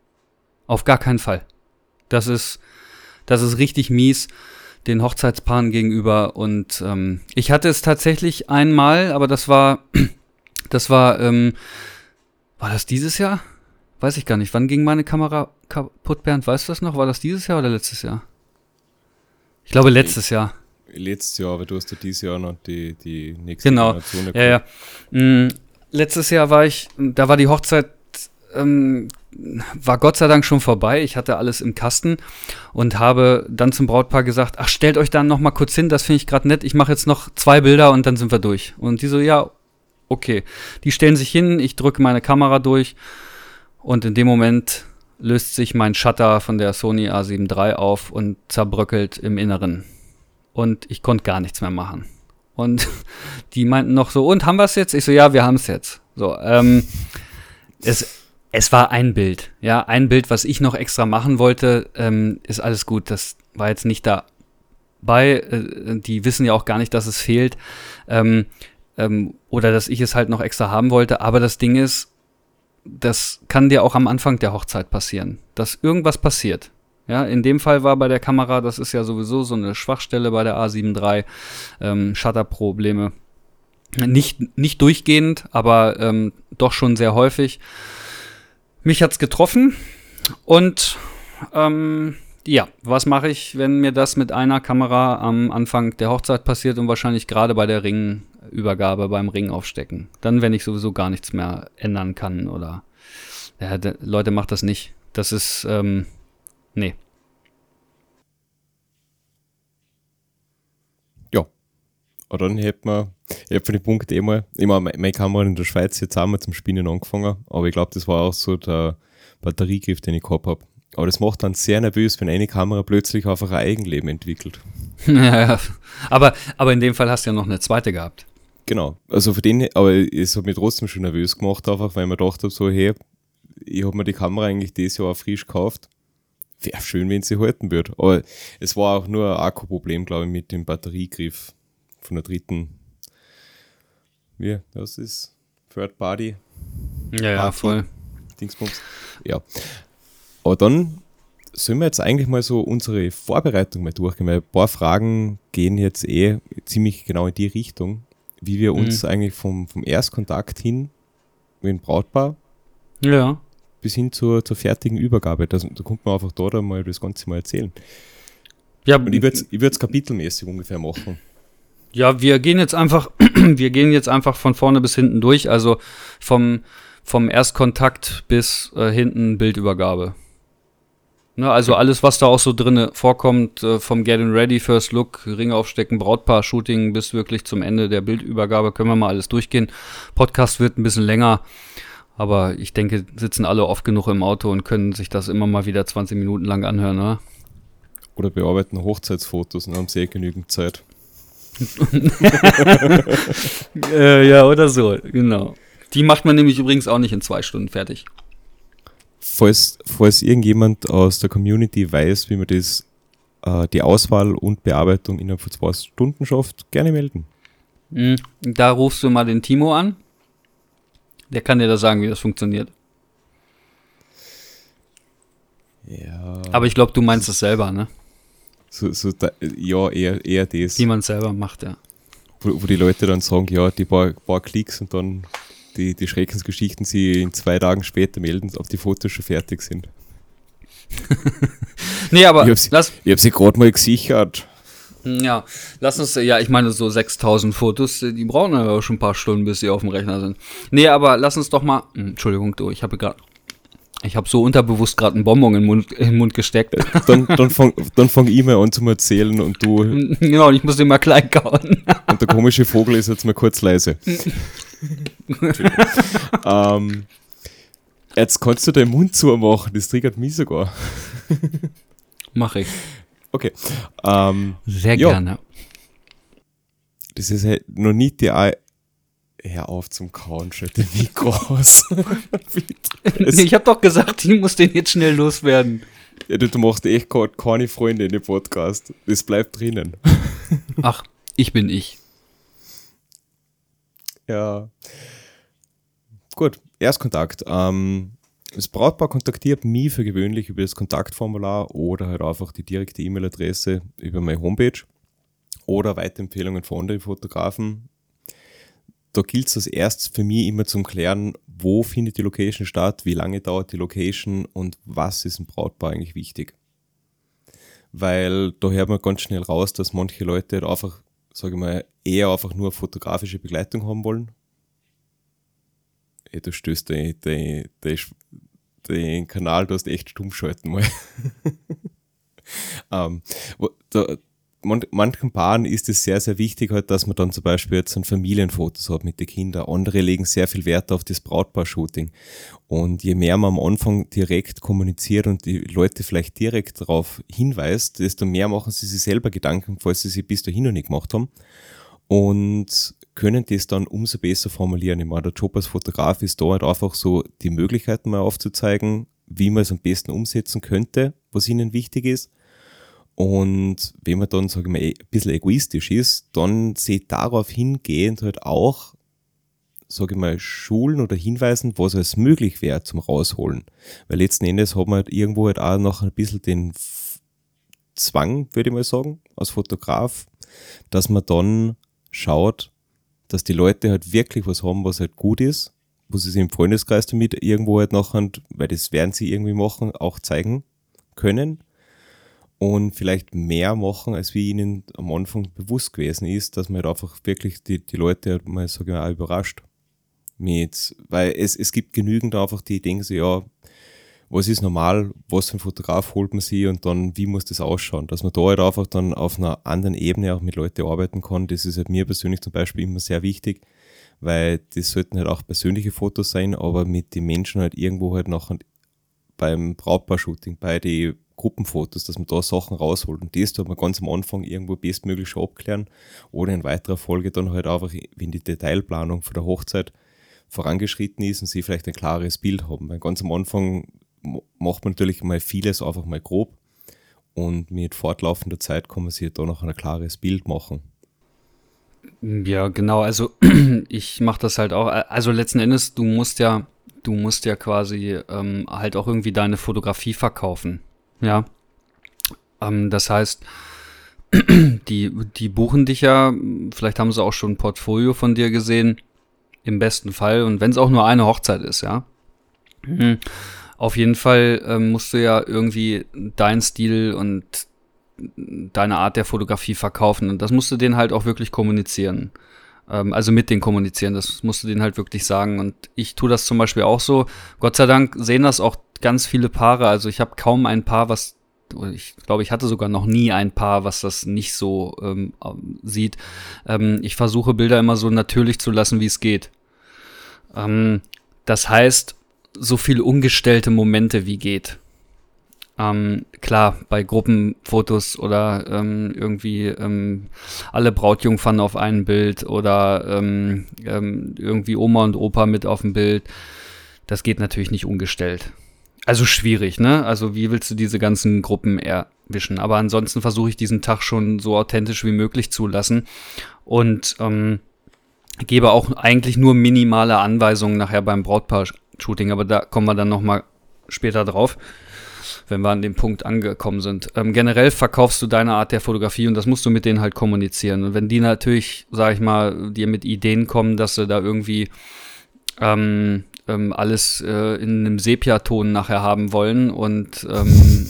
Auf gar keinen Fall. Das ist, das ist richtig mies den Hochzeitspaaren gegenüber und ähm, ich hatte es tatsächlich einmal, aber das war, das war, ähm, war das dieses Jahr? Weiß ich gar nicht. Wann ging meine Kamera kaputt, Bernd? Weißt du das noch? War das dieses Jahr oder letztes Jahr? Ich glaube letztes Jahr. Letztes Jahr, aber du hast ja dieses Jahr noch die, die nächste Genau. Generation Ja, ja. Mm, letztes Jahr war ich, da war die Hochzeit, ähm, war Gott sei Dank schon vorbei. Ich hatte alles im Kasten und habe dann zum Brautpaar gesagt, ach, stellt euch dann noch mal kurz hin, das finde ich gerade nett. Ich mache jetzt noch zwei Bilder und dann sind wir durch. Und die so, ja, okay. Die stellen sich hin, ich drücke meine Kamera durch und in dem Moment löst sich mein Shutter von der Sony A sieben drei auf und zerbröckelt im Inneren. Und ich konnte gar nichts mehr machen. Und die meinten noch so, und haben wir es jetzt? Ich so, ja, wir haben es jetzt. So, ähm, es, es war ein Bild, ja, ein Bild, was ich noch extra machen wollte, ähm, ist alles gut, das war jetzt nicht dabei, äh, die wissen ja auch gar nicht, dass es fehlt, ähm, ähm, oder dass ich es halt noch extra haben wollte, aber das Ding ist, das kann dir auch am Anfang der Hochzeit passieren, dass irgendwas passiert. Ja, in dem Fall war bei der Kamera, das ist ja sowieso so eine Schwachstelle bei der A sieben drei, ähm, Shutterprobleme. Nicht, nicht durchgehend, aber ähm, doch schon sehr häufig. Mich hat's getroffen und ähm, ja, was mache ich, wenn mir das mit einer Kamera am Anfang der Hochzeit passiert und wahrscheinlich gerade bei der Ringübergabe, beim Ring aufstecken? Dann, wenn ich sowieso gar nichts mehr ändern kann oder ja, de, Leute, macht das nicht. Das ist, ähm, nee. Ja, und dann hätten wir, ich hab für den Punkt eh mal, ich meine, meine Kamera in der Schweiz, jetzt haben wir zum Spinnen angefangen, aber ich glaube, das war auch so der Batteriegriff, den ich gehabt habe. Aber das macht dann sehr nervös, wenn eine Kamera plötzlich einfach ein Eigenleben entwickelt. Ja, ja. Aber, aber in dem Fall hast du ja noch eine zweite gehabt. Genau, also für den, aber es hat mich trotzdem schon nervös gemacht, einfach, weil ich mir gedacht habe, so, hey, ich habe mir die Kamera eigentlich dieses Jahr frisch gekauft. Wäre schön, wenn sie halten würde. Aber es war auch nur ein Akkuproblem, glaube ich, mit dem Batteriegriff von der dritten. Wie, das ist Third Party. Ja, ja, Party. voll. Dingsbums. Ja. Aber dann sollen wir jetzt eigentlich mal so unsere Vorbereitung mal durchgehen, weil ein paar Fragen gehen jetzt eh ziemlich genau in die Richtung, wie wir uns mhm. eigentlich vom, vom Erstkontakt hin mit dem Brautpaar ja. bis hin zur, zur fertigen Übergabe. Das, da kommt man einfach da, da mal das Ganze mal erzählen. Ja, und ich würde es kapitelmäßig ungefähr machen. Ja, wir gehen jetzt einfach, wir gehen jetzt einfach von vorne bis hinten durch, also vom, vom Erstkontakt bis äh, hinten Bildübergabe. Ne, also alles, was da auch so drin vorkommt, äh, vom Getting Ready, First Look, Ring aufstecken, Brautpaar, Shooting bis wirklich zum Ende der Bildübergabe, können wir mal alles durchgehen. Podcast wird ein bisschen länger, aber ich denke, sitzen alle oft genug im Auto und können sich das immer mal wieder zwanzig Minuten lang anhören, oder? Oder bearbeiten Hochzeitsfotos und haben sehr genügend Zeit. äh, ja, oder so, genau. Die macht man nämlich übrigens auch nicht in zwei Stunden fertig. Falls, falls irgendjemand aus der Community weiß, wie man das, äh, die Auswahl und Bearbeitung innerhalb von zwei Stunden schafft, gerne melden. Mhm. Da rufst du mal den Timo an. Der kann dir da sagen, wie das funktioniert. Ja. Aber ich glaube, du meinst es selber, ne? So, so da, ja, eher, eher das. Wie man es selber macht, ja. Wo, wo die Leute dann sagen, ja, die paar, paar Klicks und dann die, die Schreckensgeschichten sie in zwei Tagen später melden, ob die Fotos schon fertig sind. Nee, aber ich habe sie, lass, ich hab sie gerade mal gesichert. Ja, lass uns, ja, ich meine, so sechstausend Fotos, die brauchen aber schon ein paar Stunden, bis sie auf dem Rechner sind. Nee, aber lass uns doch mal, Entschuldigung, du, ich habe gerade, ich habe so unterbewusst gerade einen Bonbon in den Mund, in den Mund gesteckt. Dann, dann fang, dann fang ich mal an zu erzählen und du... Genau, ich muss den mal klein kauen. Und der komische Vogel ist jetzt mal kurz leise. ähm, jetzt kannst du deinen Mund zumachen, das triggert mich sogar. Mach ich. Okay. Ähm, Sehr ja. gerne. Das ist halt noch nicht die... Ei- Hör auf zum Kauen, schalt den Mikro aus. Nee, ich hab doch gesagt, ich muss den jetzt schnell loswerden. Ja, du, du machst echt keine Freunde in dem Podcast. Das bleibt drinnen. Ach, ich bin ich. Ja. Gut, Erstkontakt. Ähm, das Brautpaar kontaktiert mich für gewöhnlich über das Kontaktformular oder halt einfach die direkte E-Mail-Adresse über meine Homepage oder Weiterempfehlungen von anderen Fotografen. Da gilt es als erstes für mich immer zum Klären, wo findet die Location statt, wie lange dauert die Location und was ist im Brautpaar eigentlich wichtig. Weil da hört man ganz schnell raus, dass manche Leute halt einfach, sage ich mal, eher einfach nur fotografische Begleitung haben wollen. Ey, du stößt den, den, den, den Kanal, du hast echt stumm schalten mal. um, da, manchen Paaren ist es sehr, sehr wichtig, halt, dass man dann zum Beispiel jetzt ein Familienfotos hat mit den Kindern. Andere legen sehr viel Wert auf das Brautpaar-Shooting. Und je mehr man am Anfang direkt kommuniziert und die Leute vielleicht direkt darauf hinweist, desto mehr machen sie sich selber Gedanken, falls sie sich bis dahin noch nicht gemacht haben. und können das dann umso besser formulieren. Ich meine, der Job als Fotograf ist da halt einfach so, die Möglichkeiten mal aufzuzeigen, wie man es am besten umsetzen könnte, was ihnen wichtig ist. Und wenn man dann, sage ich mal, ein bisschen egoistisch ist, dann seht darauf hingehend halt auch, sage ich mal, Schulen oder Hinweisen, was alles möglich wäre zum Rausholen. Weil letzten Endes hat man halt irgendwo halt auch noch ein bisschen den Zwang, würde ich mal sagen, als Fotograf, dass man dann schaut, dass die Leute halt wirklich was haben, was halt gut ist, wo sie sich im Freundeskreis damit irgendwo halt nachher, weil das werden sie irgendwie machen, auch zeigen können und vielleicht mehr machen, als wie ihnen am Anfang bewusst gewesen ist, dass man halt einfach wirklich die, die Leute halt mal, sag ich mal, auch überrascht. Mit, weil es, es gibt genügend einfach, die denken sich, ja, was ist normal, was für ein Fotograf holt man sich und dann, wie muss das ausschauen, dass man da halt einfach dann auf einer anderen Ebene auch mit Leuten arbeiten kann, das ist halt mir persönlich zum Beispiel immer sehr wichtig, weil das sollten halt auch persönliche Fotos sein, aber mit den Menschen halt irgendwo halt nachher beim Brautpaar-Shooting, bei den Gruppenfotos, dass man da Sachen rausholt und das tut man ganz am Anfang irgendwo bestmöglich schon abklären oder in weiterer Folge dann halt einfach, wenn die Detailplanung von der Hochzeit vorangeschritten ist und sie vielleicht ein klares Bild haben, weil ganz am Anfang macht man natürlich mal vieles einfach mal grob und mit fortlaufender Zeit kann man sich da noch ein klares Bild machen. Ja, genau, also ich mache das halt auch, also letzten Endes, du musst ja, du musst ja quasi ähm, halt auch irgendwie deine Fotografie verkaufen, ja, ähm, das heißt, die, die buchen dich ja, vielleicht haben sie auch schon ein Portfolio von dir gesehen, im besten Fall, und wenn es auch nur eine Hochzeit ist, ja, mhm. Auf jeden Fall ähm, musst du ja irgendwie deinen Stil und deine Art der Fotografie verkaufen. Und das musst du denen halt auch wirklich kommunizieren. Ähm, also mit denen kommunizieren, das musst du denen halt wirklich sagen. Und ich tue das zum Beispiel auch so. Gott sei Dank sehen das auch ganz viele Paare. Also ich habe kaum ein Paar, was, ich glaube, ich hatte sogar noch nie ein Paar, was das nicht so ähm, sieht. Ähm, ich versuche Bilder immer so natürlich zu lassen, wie es geht. Ähm, das heißt, so viele ungestellte Momente wie geht. Ähm, klar, bei Gruppenfotos oder ähm, irgendwie ähm, alle Brautjungfern auf einem Bild oder ähm, ähm, irgendwie Oma und Opa mit auf dem Bild, das geht natürlich nicht ungestellt. Also schwierig, ne? Also wie willst du diese ganzen Gruppen erwischen? Aber ansonsten versuche ich diesen Tag schon so authentisch wie möglich zu lassen und ähm, gebe auch eigentlich nur minimale Anweisungen nachher beim Brautpaar-Shooting, aber da kommen wir dann nochmal später drauf, wenn wir an dem Punkt angekommen sind. Ähm, generell verkaufst du deine Art der Fotografie und das musst du mit denen halt kommunizieren. Und wenn die natürlich, sag ich mal, dir mit Ideen kommen, dass sie da irgendwie ähm, ähm, alles äh, in einem Sepia-Ton nachher haben wollen und ähm,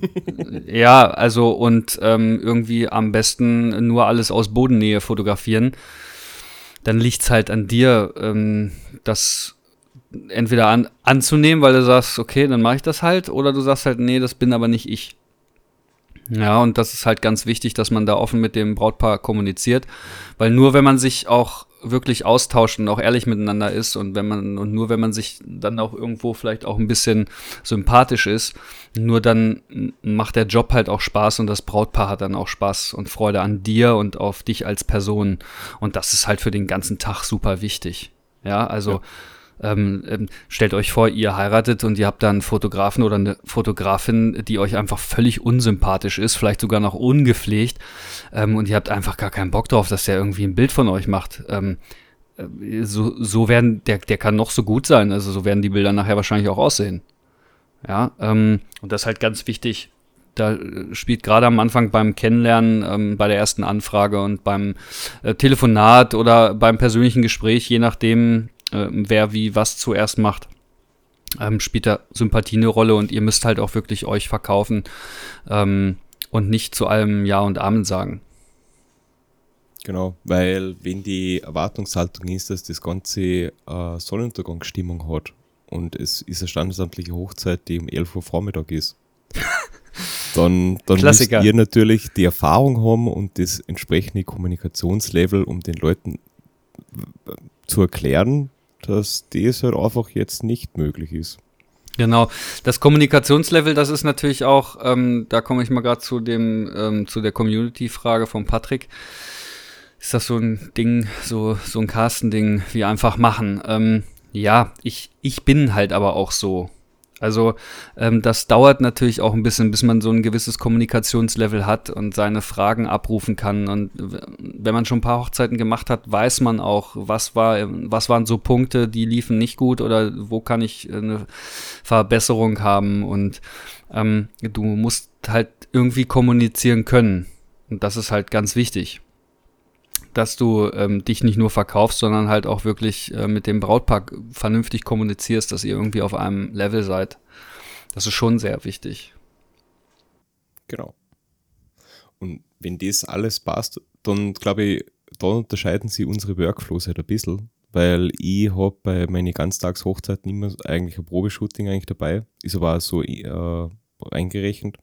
ja, also und ähm, irgendwie am besten nur alles aus Bodennähe fotografieren, dann liegt es halt an dir, ähm, das entweder an, anzunehmen, weil du sagst, okay, dann mache ich das halt, oder du sagst halt, nee, das bin aber nicht ich. Ja, und das ist halt ganz wichtig, dass man da offen mit dem Brautpaar kommuniziert, weil nur wenn man sich auch wirklich austauscht und auch ehrlich miteinander ist und wenn man und nur wenn man sich dann auch irgendwo vielleicht auch ein bisschen sympathisch ist, nur dann macht der Job halt auch Spaß und das Brautpaar hat dann auch Spaß und Freude an dir und auf dich als Person und das ist halt für den ganzen Tag super wichtig. Ja, also ja. Ähm, ähm, stellt euch vor, ihr heiratet und ihr habt da einen Fotografen oder eine Fotografin, die euch einfach völlig unsympathisch ist, vielleicht sogar noch ungepflegt ähm, und ihr habt einfach gar keinen Bock drauf, dass der irgendwie ein Bild von euch macht. Ähm, äh, so, so werden, der, der kann noch so gut sein, also so werden die Bilder nachher wahrscheinlich auch aussehen. Ja, ähm, und das ist halt ganz wichtig. Da spielt gerade am Anfang beim Kennenlernen, ähm, bei der ersten Anfrage und beim äh, Telefonat oder beim persönlichen Gespräch, je nachdem, äh, wer wie was zuerst macht, ähm, spielt da Sympathie eine Rolle und ihr müsst halt auch wirklich euch verkaufen ähm, und nicht zu allem Ja und Amen sagen. Genau, weil wenn die Erwartungshaltung ist, dass das Ganze äh, Sonnenuntergangsstimmung hat und es ist eine standesamtliche Hochzeit, die um elf Uhr Vormittag ist, dann, dann müsst ihr natürlich die Erfahrung haben und das entsprechende Kommunikationslevel, um den Leuten zu erklären, dass das halt einfach jetzt nicht möglich ist. Genau, das Kommunikationslevel, das ist natürlich auch, ähm, da komme ich mal gerade zu dem, ähm, zu der Community-Frage von Patrick, ist das so ein Ding, so, so ein Casten-Ding, wie einfach machen. Ähm, ja, ich, ich bin halt aber auch so. Also ähm, das dauert natürlich auch ein bisschen, bis man so ein gewisses Kommunikationslevel hat und seine Fragen abrufen kann. Und w- wenn man schon ein paar Hochzeiten gemacht hat, weiß man auch, was war, was waren so Punkte, die liefen nicht gut oder wo kann ich äh, eine Verbesserung haben. Und ähm, du musst halt irgendwie kommunizieren können. Und das ist halt ganz wichtig, dass du ähm, dich nicht nur verkaufst, sondern halt auch wirklich äh, mit dem Brautpaar vernünftig kommunizierst, dass ihr irgendwie auf einem Level seid. Das ist schon sehr wichtig. Genau. Und wenn das alles passt, dann glaube ich, da unterscheiden sich unsere Workflows halt ein bisschen, weil ich habe bei meinen Ganztagshochzeiten immer eigentlich ein Probeshooting eigentlich dabei, ist aber auch so äh, eingerechnet.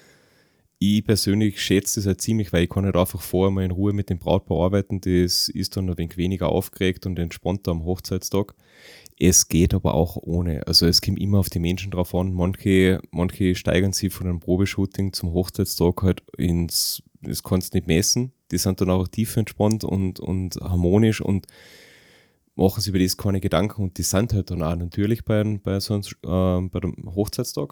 Ich persönlich schätze das halt ziemlich, weil ich kann halt einfach vorher mal in Ruhe mit dem Brautpaar arbeiten, das ist dann ein wenig weniger aufgeregt und entspannter am Hochzeitstag. Es geht aber auch ohne. Also es kommt immer auf die Menschen drauf an. Manche, manche steigern sich von einem Probeshooting zum Hochzeitstag halt ins, das kannst du nicht messen. Die sind dann auch tief entspannt und, und harmonisch und machen sich über das keine Gedanken und die sind halt dann auch natürlich bei, einem- bei so einem, äh, bei dem Hochzeitstag.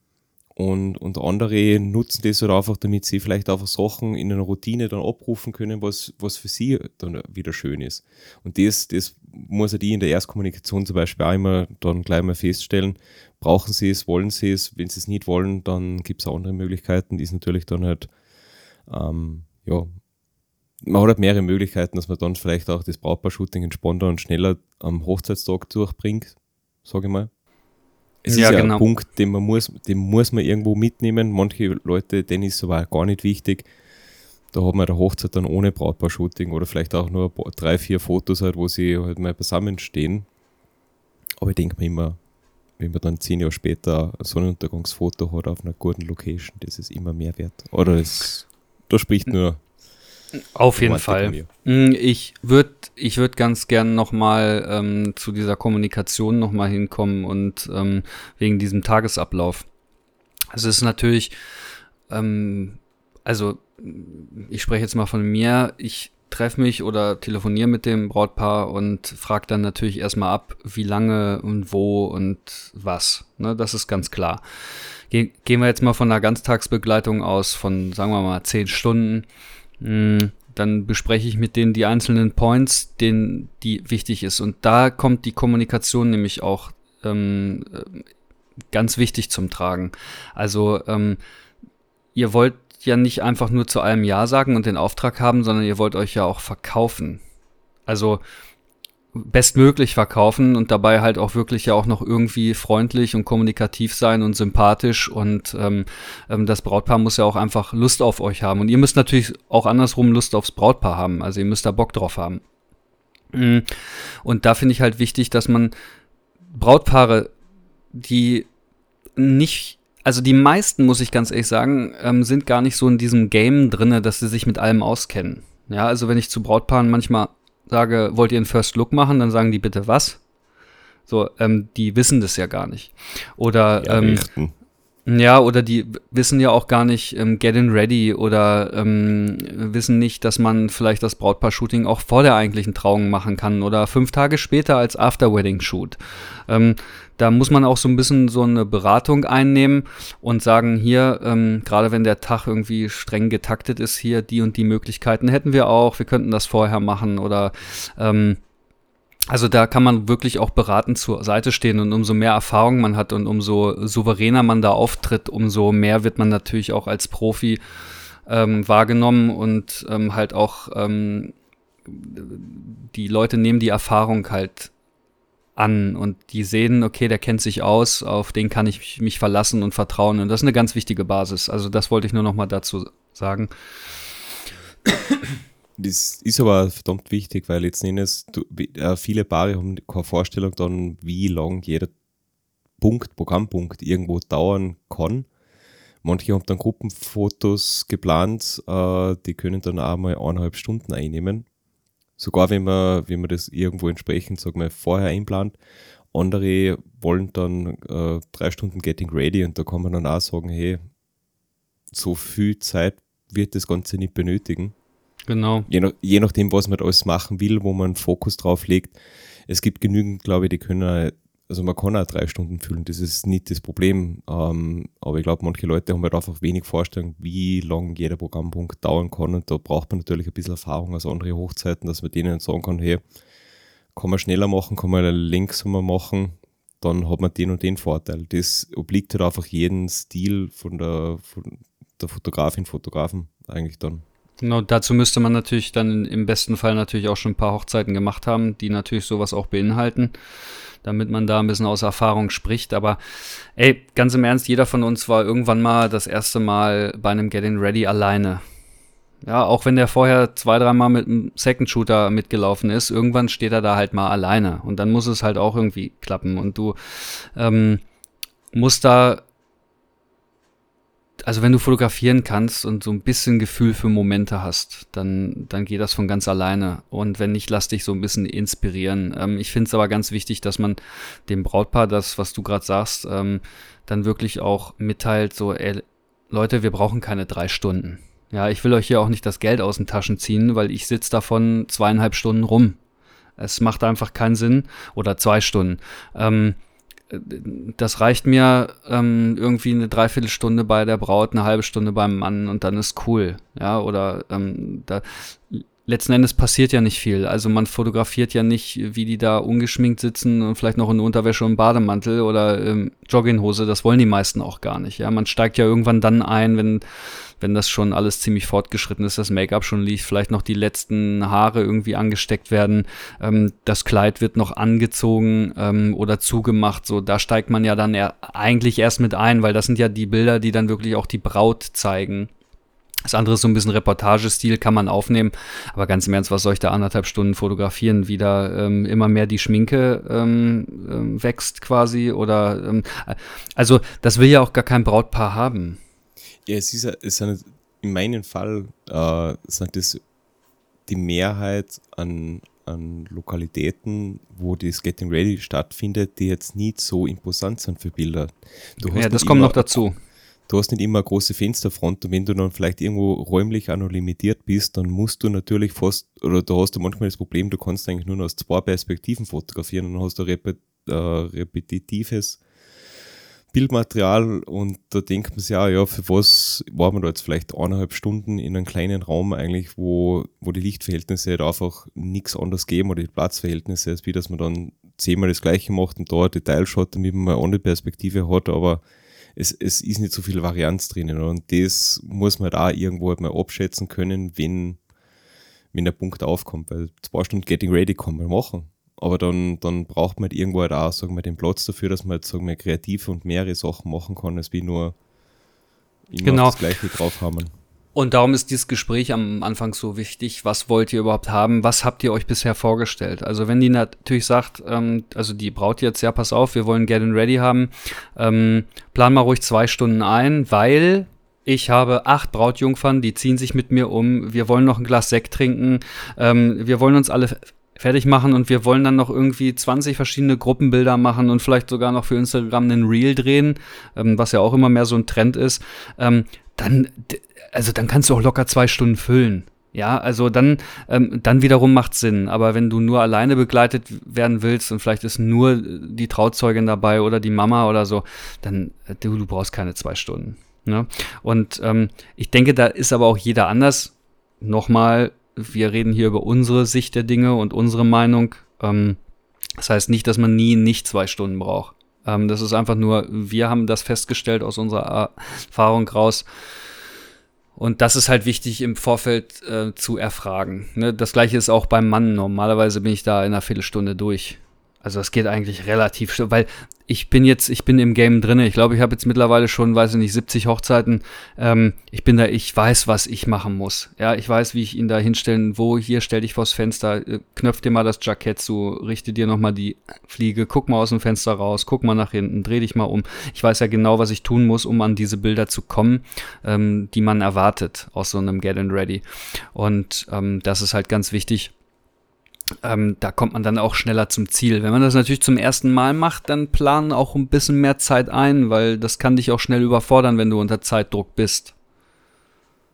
Und, und andere nutzen das halt einfach, damit sie vielleicht einfach Sachen in einer Routine dann abrufen können, was, was für sie dann wieder schön ist. Und das, das muss ja die in der Erstkommunikation zum Beispiel auch immer dann gleich mal feststellen. Brauchen sie es, wollen sie es? Wenn sie es nicht wollen, dann gibt es andere Möglichkeiten. Die ist natürlich dann halt, ähm, ja, man hat halt mehrere Möglichkeiten, dass man dann vielleicht auch das Brautpaar-Shooting entspannter und schneller am Hochzeitstag durchbringt, sage ich mal. Es Ja, ist ja genau. ein Punkt, den man muss, den muss man irgendwo mitnehmen. Manche Leute, denen ist es aber auch gar nicht wichtig. Da hat man der Hochzeit dann ohne Brautpaar-Shooting oder vielleicht auch nur ein paar- drei, vier Fotos halt, wo sie halt mal beisammen stehen. Aber ich denke mir immer, wenn man dann zehn Jahre später ein Sonnenuntergangsfoto hat auf einer guten Location, das ist immer mehr wert. Oder es, da spricht nur Auf jeden Romantik an Fall. mir. Mm, Ich würde ich würd ganz gern nochmal ähm, zu dieser Kommunikation nochmal hinkommen und ähm, wegen diesem Tagesablauf. Also es ist natürlich, ähm, also ich spreche jetzt mal von mir, ich treffe mich oder telefoniere mit dem Brautpaar und frage dann natürlich erstmal ab, wie lange und wo und was. Ne, das ist ganz klar. Ge gehen wir jetzt mal von einer Ganztagsbegleitung aus von, sagen wir mal, zehn Stunden. Mm, Dann bespreche ich mit denen die einzelnen Points, denen die wichtig ist. Und da kommt die Kommunikation nämlich auch ähm, äh, ganz wichtig zum Tragen. Also ähm, ihr wollt ja nicht einfach nur zu allem Ja sagen und den Auftrag haben, sondern ihr wollt euch ja auch verkaufen. Also bestmöglich verkaufen und dabei halt auch wirklich ja auch noch irgendwie freundlich und kommunikativ sein und sympathisch und ähm, ähm, das Brautpaar muss ja auch einfach Lust auf euch haben und ihr müsst natürlich auch andersrum Lust aufs Brautpaar haben, also ihr müsst da Bock drauf haben. Mm, Und da finde ich halt wichtig, dass man Brautpaare, die nicht, also die meisten, muss ich ganz ehrlich sagen, ähm, sind gar nicht so in diesem Game drinne, dass sie sich mit allem auskennen. Ja, also wenn ich zu Brautpaaren manchmal sage, wollt ihr einen First Look machen, dann sagen die bitte was? So, ähm, die wissen das ja gar nicht. Oder Ja, ähm, richten. ja, oder die wissen ja auch gar nicht ähm, Getting Ready oder ähm, wissen nicht, dass man vielleicht das Brautpaar-Shooting auch vor der eigentlichen Trauung machen kann oder fünf Tage später als After-Wedding-Shoot. Ähm, da muss man auch so ein bisschen so eine Beratung einnehmen und sagen, hier, ähm, gerade wenn der Tag irgendwie streng getaktet ist, hier die und die Möglichkeiten hätten wir auch, wir könnten das vorher machen oder ähm, also da kann man wirklich auch beratend zur Seite stehen und umso mehr Erfahrung man hat und umso souveräner man da auftritt, umso mehr wird man natürlich auch als Profi ähm, wahrgenommen und ähm, halt auch ähm, die Leute nehmen die Erfahrung halt an und die sehen, okay, der kennt sich aus, auf den kann ich mich verlassen und vertrauen und das ist eine ganz wichtige Basis. Also das wollte ich nur noch mal dazu sagen. Das ist aber verdammt wichtig, weil jetzt nennen es, du, äh, viele Paare haben keine Vorstellung dann, wie lang jeder Punkt, Programmpunkt irgendwo dauern kann. Manche haben dann Gruppenfotos geplant, äh, die können dann auch mal eineinhalb Stunden einnehmen. Sogar wenn man, wenn man das irgendwo entsprechend, sagen wir, vorher einplant. Andere wollen dann äh, drei Stunden Getting Ready und da kann man dann auch sagen, hey, so viel Zeit wird das Ganze nicht benötigen. Genau. Je, nach, je nachdem, was man da alles machen will, wo man Fokus drauf legt. Es gibt genügend, glaube ich, die können, also man kann auch drei Stunden füllen, das ist nicht das Problem. Ähm, aber ich glaube, manche Leute haben halt einfach wenig Vorstellung, wie lang jeder Programmpunkt dauern kann. Und da braucht man natürlich ein bisschen Erfahrung aus anderen Hochzeiten, dass man denen sagen kann, hey, kann man schneller machen, kann man langsamer machen, dann hat man den und den Vorteil. Das obliegt halt einfach jeden Stil von der, von der Fotografin, Fotografen eigentlich dann. Genau, dazu müsste man natürlich dann im besten Fall natürlich auch schon ein paar Hochzeiten gemacht haben, die natürlich sowas auch beinhalten, damit man da ein bisschen aus Erfahrung spricht. Aber ey, ganz im Ernst, jeder von uns war irgendwann mal das erste Mal bei einem Getting Ready alleine. Ja, auch wenn der vorher zwei, dreimal mit einem Second Shooter mitgelaufen ist, irgendwann steht er da halt mal alleine. Und dann muss es halt auch irgendwie klappen. Und du ähm, musst da, also wenn du fotografieren kannst und so ein bisschen Gefühl für Momente hast, dann, dann geht das von ganz alleine. Und wenn nicht, lass dich so ein bisschen inspirieren. Ähm, ich finde es aber ganz wichtig, dass man dem Brautpaar das, was du gerade sagst, ähm, dann wirklich auch mitteilt, so, ey, Leute, wir brauchen keine drei Stunden. Ja, ich will euch hier auch nicht das Geld aus den Taschen ziehen, weil ich sitze davon zweieinhalb Stunden rum. Es macht einfach keinen Sinn. Oder zwei Stunden. Ähm, das reicht mir ähm, irgendwie eine Dreiviertelstunde bei der Braut, eine halbe Stunde beim Mann und dann ist cool. Ja, oder ähm, da letzten Endes passiert ja nicht viel. Also man fotografiert ja nicht, wie die da ungeschminkt sitzen und vielleicht noch in Unterwäsche und Bademantel oder ähm, Jogginghose. Das wollen die meisten auch gar nicht. Ja, man steigt ja irgendwann dann ein, wenn wenn das schon alles ziemlich fortgeschritten ist, das Make-up schon liegt, vielleicht noch die letzten Haare irgendwie angesteckt werden, ähm, das Kleid wird noch angezogen ähm, oder zugemacht, so, da steigt man ja dann eher, eigentlich erst mit ein, weil das sind ja die Bilder, die dann wirklich auch die Braut zeigen. Das andere ist so ein bisschen Reportagestil, kann man aufnehmen, aber ganz im Ernst, was soll ich da anderthalb Stunden fotografieren, wie da ähm, immer mehr die Schminke ähm, ähm, wächst quasi oder, ähm, also das will ja auch gar kein Brautpaar haben. Ja, es ist, es sind in meinem Fall äh, sind das die Mehrheit an, an Lokalitäten, wo das Getting Ready stattfindet, die jetzt nicht so imposant sind für Bilder. Du hast ja, das kommt noch dazu. Du hast nicht immer eine große Fensterfront und wenn du dann vielleicht irgendwo räumlich auch noch limitiert bist, dann musst du natürlich fast, oder da hast du manchmal das Problem, du kannst eigentlich nur noch aus zwei Perspektiven fotografieren und dann hast du repet, äh, repetitives Bildmaterial und da denkt man sich auch, ja, für was war man da jetzt vielleicht eineinhalb Stunden in einem kleinen Raum eigentlich, wo, wo die Lichtverhältnisse halt einfach nichts anderes geben oder die Platzverhältnisse, als wie dass man dann zehnmal das Gleiche macht und da ein Detailshot, damit man eine andere Perspektive hat, aber es, es ist nicht so viel Varianz drinnen und das muss man halt auch irgendwo halt mal abschätzen können, wenn, wenn der Punkt aufkommt, weil zwei Stunden Getting Ready kann man machen. Aber dann, dann braucht man halt irgendwo halt auch, sagen wir, den Platz dafür, dass man halt, sagen wir, kreativ und mehrere Sachen machen kann, als wie nur immer genau. das Gleiche drauf haben. Und darum ist dieses Gespräch am Anfang so wichtig. Was wollt ihr überhaupt haben? Was habt ihr euch bisher vorgestellt? Also wenn die natürlich sagt, ähm, also die Braut jetzt, ja, pass auf, wir wollen Get and Ready haben, ähm, plan mal ruhig zwei Stunden ein, weil ich habe acht Brautjungfern, die ziehen sich mit mir um, wir wollen noch ein Glas Sekt trinken, ähm, wir wollen uns alle fertig machen und wir wollen dann noch irgendwie zwanzig verschiedene Gruppenbilder machen und vielleicht sogar noch für Instagram einen Reel drehen, ähm, was ja auch immer mehr so ein Trend ist, ähm, dann, also dann kannst du auch locker zwei Stunden füllen. Ja, also dann, ähm, dann wiederum macht Sinn. Aber wenn du nur alleine begleitet werden willst und vielleicht ist nur die Trauzeugin dabei oder die Mama oder so, dann du, du brauchst keine zwei Stunden. Ne? Und ähm, ich denke, da ist aber auch jeder anders. Nochmal, wir reden hier über unsere Sicht der Dinge und unsere Meinung. Ähm, das heißt nicht, dass man nie nicht zwei Stunden braucht. Ähm, das ist einfach nur, wir haben das festgestellt aus unserer Erfahrung raus. Und das ist halt wichtig im Vorfeld äh, zu erfragen. Ne? Das Gleiche ist auch beim Mann. Normalerweise bin ich da in einer Viertelstunde durch. Also das geht eigentlich relativ schnell, weil ich bin jetzt, ich bin im Game drin. Ich glaube, ich habe jetzt mittlerweile schon, weiß ich nicht, siebzig Hochzeiten. Ähm, ich bin da, ich weiß, was ich machen muss. Ja, ich weiß, wie ich ihn da hinstellen, wo, hier, stell dich vors Fenster, äh, knöpf dir mal das Jackett zu, richte dir nochmal die Fliege, guck mal aus dem Fenster raus, guck mal nach hinten, dreh dich mal um. Ich weiß ja genau, was ich tun muss, um an diese Bilder zu kommen, ähm, die man erwartet aus so einem Get and Ready. Und ähm, das ist halt ganz wichtig. Ähm, da kommt man dann auch schneller zum Ziel. Wenn man das natürlich zum ersten Mal macht, dann planen auch ein bisschen mehr Zeit ein, weil das kann dich auch schnell überfordern, wenn du unter Zeitdruck bist.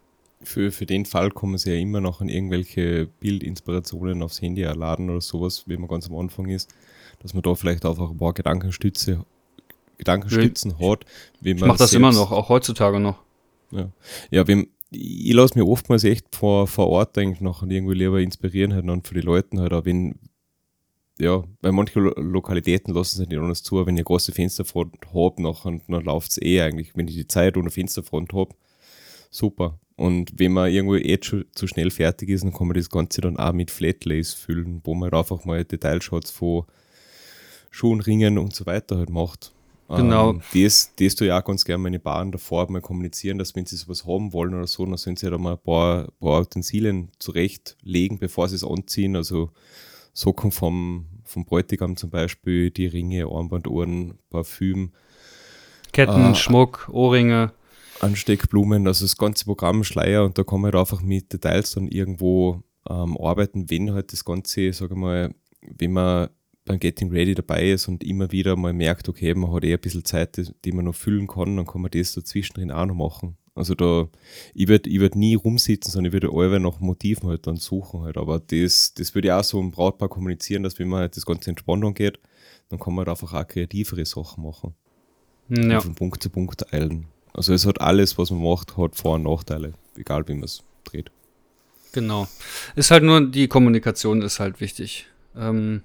für, für den Fall kann man sich ja immer noch an irgendwelche Bildinspirationen aufs Handy erladen oder sowas, wie man ganz am Anfang ist, dass man da vielleicht einfach ein paar Gedankenstütze, Gedankenstützen ich, hat. Wie man ich mache das selbst, immer noch, auch heutzutage noch. Ja, ja wenn, ich lasse mich oftmals echt vor, vor Ort eigentlich noch irgendwie lieber inspirieren halt und für die Leute halt, auch wenn, ja, weil manche Lo- Lokalitäten lassen sich nicht anders zu, aber wenn ich eine große Fensterfront habe, dann, dann läuft es eh eigentlich. Wenn ich die Zeit ohne Fensterfront habe, super. Und wenn man irgendwo eh zu, zu schnell fertig ist, dann kann man das Ganze dann auch mit Flatlays füllen, wo man halt einfach mal Detailshots von Schuhen, Ringen und so weiter halt macht. Genau. Ähm, das, das tue ich auch ganz gerne meine Bauern davor mal kommunizieren, dass wenn sie sowas haben wollen oder so, dann sollen sie halt mal ein paar, paar Utensilien zurechtlegen, bevor sie es anziehen. Also Socken vom, vom Bräutigam zum Beispiel, die Ringe, Armbanduhren, Parfüm, Ketten, äh, Schmuck, Ohrringe. Ansteckblumen, also das ganze Programm Schleier, und da kann man halt einfach mit Details dann irgendwo ähm, arbeiten, wenn halt das Ganze, sage ich mal, wenn man beim Getting Ready dabei ist und immer wieder mal merkt, okay, man hat eh ein bisschen Zeit, die, die man noch füllen kann, dann kann man das dazwischen drin auch noch machen. Also da, ich würde ich würd nie rumsitzen, sondern ich würde alle nach Motiven halt dann suchen halt, aber das, das würde ich auch so im Brautpaar kommunizieren, dass wenn man halt das Ganze entspannt angeht, dann kann man halt einfach auch kreativere Sachen machen. Ja. Und von Punkt zu Punkt eilen. Also es hat alles, was man macht, hat Vor- und Nachteile, egal wie man es dreht. Genau. Ist halt nur, die Kommunikation ist halt wichtig. Ähm,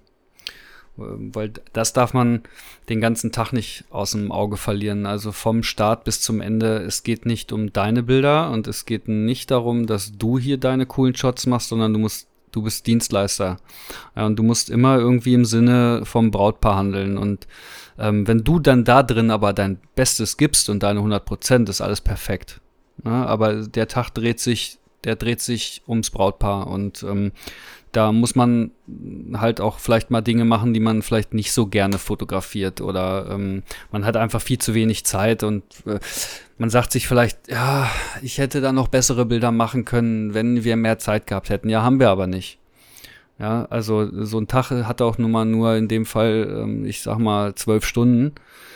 weil das darf man den ganzen Tag nicht aus dem Auge verlieren. Also vom Start bis zum Ende, es geht nicht um deine Bilder und es geht nicht darum, dass du hier deine coolen Shots machst, sondern du musst, du bist Dienstleister. Ja, und du musst immer irgendwie im Sinne vom Brautpaar handeln. Und ähm, wenn du dann da drin aber dein Bestes gibst und deine hundert Prozent, ist alles perfekt. Ja, aber der Tag dreht sich, der dreht sich ums Brautpaar und ähm, da muss man halt auch vielleicht mal Dinge machen, die man vielleicht nicht so gerne fotografiert oder ähm, man hat einfach viel zu wenig Zeit und äh, man sagt sich vielleicht, ja, ich hätte da noch bessere Bilder machen können, wenn wir mehr Zeit gehabt hätten. Ja, haben wir aber nicht. Ja, also so ein Tag hat auch nun mal nur in dem Fall, ähm, ich sag mal, zwölf Stunden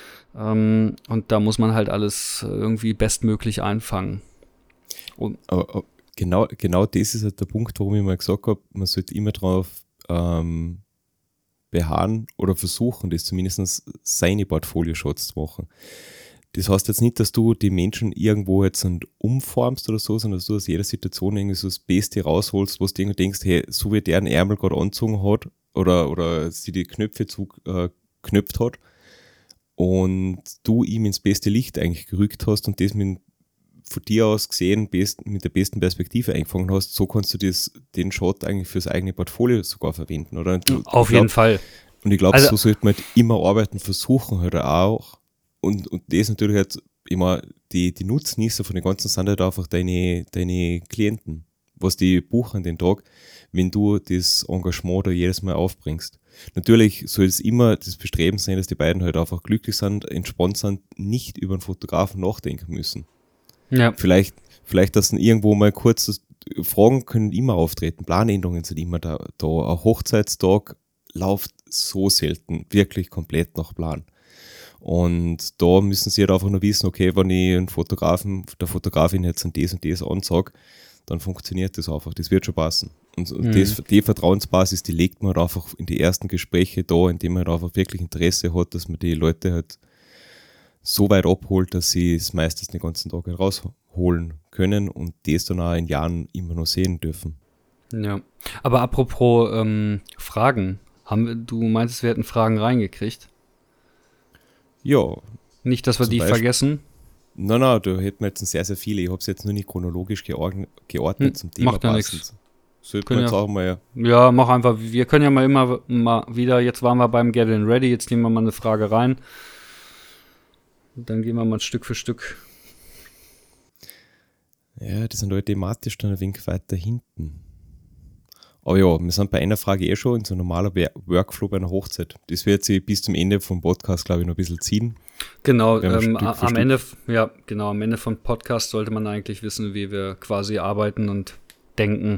ähm, und da muss man halt alles irgendwie bestmöglich einfangen. Und Aber, aber genau, genau das ist halt der Punkt, warum ich mal gesagt habe, man sollte immer darauf ähm, beharren oder versuchen, das zumindest seine Portfolio-Shots zu machen. Das heißt jetzt nicht, dass du die Menschen irgendwo jetzt umformst oder so, sondern dass du aus jeder Situation irgendwie so das Beste rausholst, wo du irgendwie denkst, hey, so wie der einen Ärmel gerade angezogen hat oder, oder sie die Knöpfe zugeknöpft äh, hat und du ihm ins beste Licht eigentlich gerückt hast und das mit von dir aus gesehen best, mit der besten Perspektive eingefangen hast, so kannst du das, den Shot eigentlich fürs eigene Portfolio sogar verwenden, oder? Du, auf glaub, jeden Fall. Und ich glaube, Also, so sollte man halt immer arbeiten, versuchen halt auch. Und, und das natürlich halt immer, die, die Nutznießer von den ganzen sind halt einfach deine, deine Klienten, was die buchen den Tag, wenn du das Engagement da jedes Mal aufbringst. Natürlich soll es immer das Bestreben sein, dass die beiden halt einfach glücklich sind, entspannt sind, nicht über einen Fotografen nachdenken müssen. ja. Vielleicht, vielleicht, dass dann irgendwo mal kurz, das, Fragen können immer auftreten, Planänderungen sind immer da, da. Ein Hochzeitstag läuft so selten, wirklich komplett nach Plan. Und da müssen sie halt einfach nur wissen, okay, wenn ich einen Fotografen, der Fotografin jetzt an das und das ansage, dann funktioniert das einfach, das wird schon passen. Und, und Mhm. das, die Vertrauensbasis, die legt man halt einfach in die ersten Gespräche da, indem man halt einfach wirklich Interesse hat, dass man die Leute halt so weit abholt, dass sie es meistens den ganzen Tag halt rausholen können und das dann auch in Jahren immer noch sehen dürfen. Ja. Aber apropos ähm, Fragen, haben wir, du meintest, wir hätten Fragen reingekriegt? Ja. Nicht, dass wir Zum die Beispiel- vergessen. Nein, nein, da hätten wir jetzt sehr, sehr viele. Ich habe es jetzt nur nicht chronologisch geordnet, geordnet Hm, zum Thema macht ja passend. nix. Sollte Können man jetzt ja- auch mal, Ja, mach einfach. Wir können ja mal immer mal wieder, jetzt waren wir beim Get In Ready, jetzt nehmen wir mal eine Frage rein. Und dann gehen wir mal Stück für Stück. ja, die sind halt thematisch dann ein wenig weiter hinten. Aber ja, wir sind bei einer Frage eh schon in so ein normaler Wer- Workflow bei einer Hochzeit. Das wird sich bis zum Ende vom Podcast, glaube ich, noch ein bisschen ziehen. Genau, Wenn wir ähm, Stück a- für am Stück- Ende, ja, genau, am Ende vom Podcast sollte man eigentlich wissen, wie wir quasi arbeiten und denken.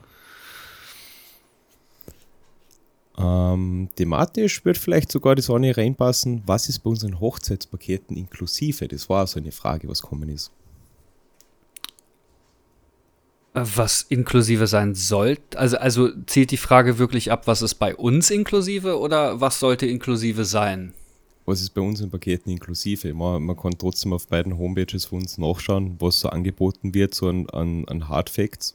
Ähm, thematisch wird vielleicht sogar das eine reinpassen. Was ist bei unseren Hochzeitspaketen inklusive? Das war so eine Frage, was kommen ist. Was inklusive sein sollte? Also, also zielt die Frage wirklich ab, was ist bei uns inklusive oder was sollte inklusive sein? Was ist bei uns in Paketen inklusive? Man, man kann trotzdem auf beiden Homepages von uns nachschauen, was so angeboten wird, so an, an, an Hard Facts.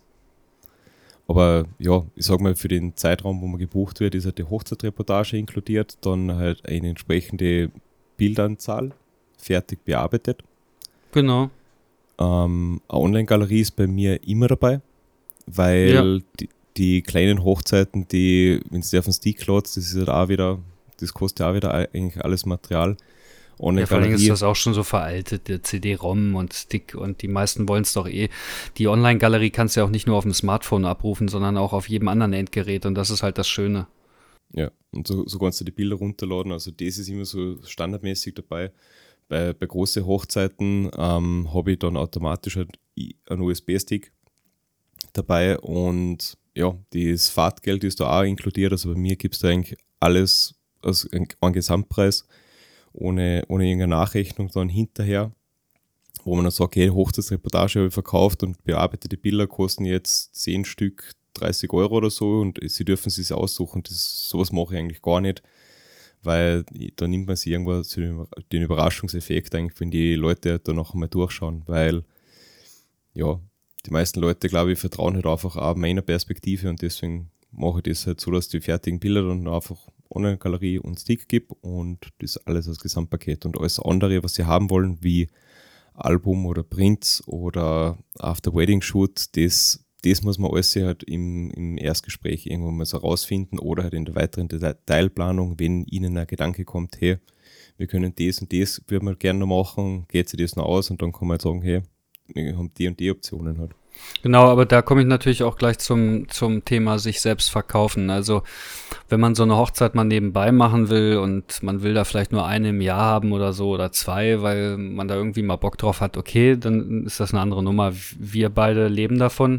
Aber ja, ich sag mal, für den Zeitraum, wo man gebucht wird, ist halt die Hochzeitreportage inkludiert, dann halt eine entsprechende Bildanzahl, fertig bearbeitet. Genau. Ähm, eine Online-Galerie ist bei mir immer dabei, weil Ja. die, die kleinen Hochzeiten, die, wenn es auf den Stick lädt, das ist halt auch wieder, das kostet ja auch wieder eigentlich alles Material. Ja, vor allem ist Online-Galerie, das auch schon so veraltet, der C D-ROM und Stick und die meisten wollen es doch eh. Die Online-Galerie kannst du ja auch nicht nur auf dem Smartphone abrufen, sondern auch auf jedem anderen Endgerät und das ist halt das Schöne. ja, und so, so kannst du die Bilder runterladen, also das ist immer so standardmäßig dabei. Bei, bei großen Hochzeiten ähm, habe ich dann automatisch halt einen U S B-Stick dabei und ja, das Fahrtgeld ist da auch inkludiert, also bei mir gibt es da eigentlich alles, also einen Gesamtpreis, ohne, ohne irgendeine Nachrechnung dann hinterher, wo man dann sagt, hey, Hochzeitsreportage habe ich verkauft und bearbeitete Bilder kosten jetzt zehn Stück dreißig Euro oder so und sie dürfen es sich aussuchen. Das, sowas mache ich eigentlich gar nicht, weil da nimmt man sich irgendwo den Überraschungseffekt eigentlich, wenn die Leute da noch einmal durchschauen, weil ja, die meisten Leute, glaube ich, vertrauen halt einfach auch meiner Perspektive und deswegen mache ich das halt so, dass die fertigen Bilder dann einfach Online-Galerie und Stick gibt und das alles als Gesamtpaket und alles andere, was sie haben wollen, wie Album oder Prints oder After-Wedding-Shoot, das, das muss man alles halt im, im Erstgespräch irgendwann mal so rausfinden oder halt in der weiteren Detailplanung, wenn ihnen ein Gedanke kommt, hey, wir können das und das, würden wir gerne noch machen, geht sich das noch aus und dann kann man halt sagen, hey, wir haben die und die Optionen halt. Genau, aber da komme ich natürlich auch gleich zum, zum Thema sich selbst verkaufen. Also wenn man so eine Hochzeit mal nebenbei machen will und man will da vielleicht nur eine im Jahr haben oder so oder zwei, weil man da irgendwie mal Bock drauf hat, okay, dann ist das eine andere Nummer. Wir beide leben davon.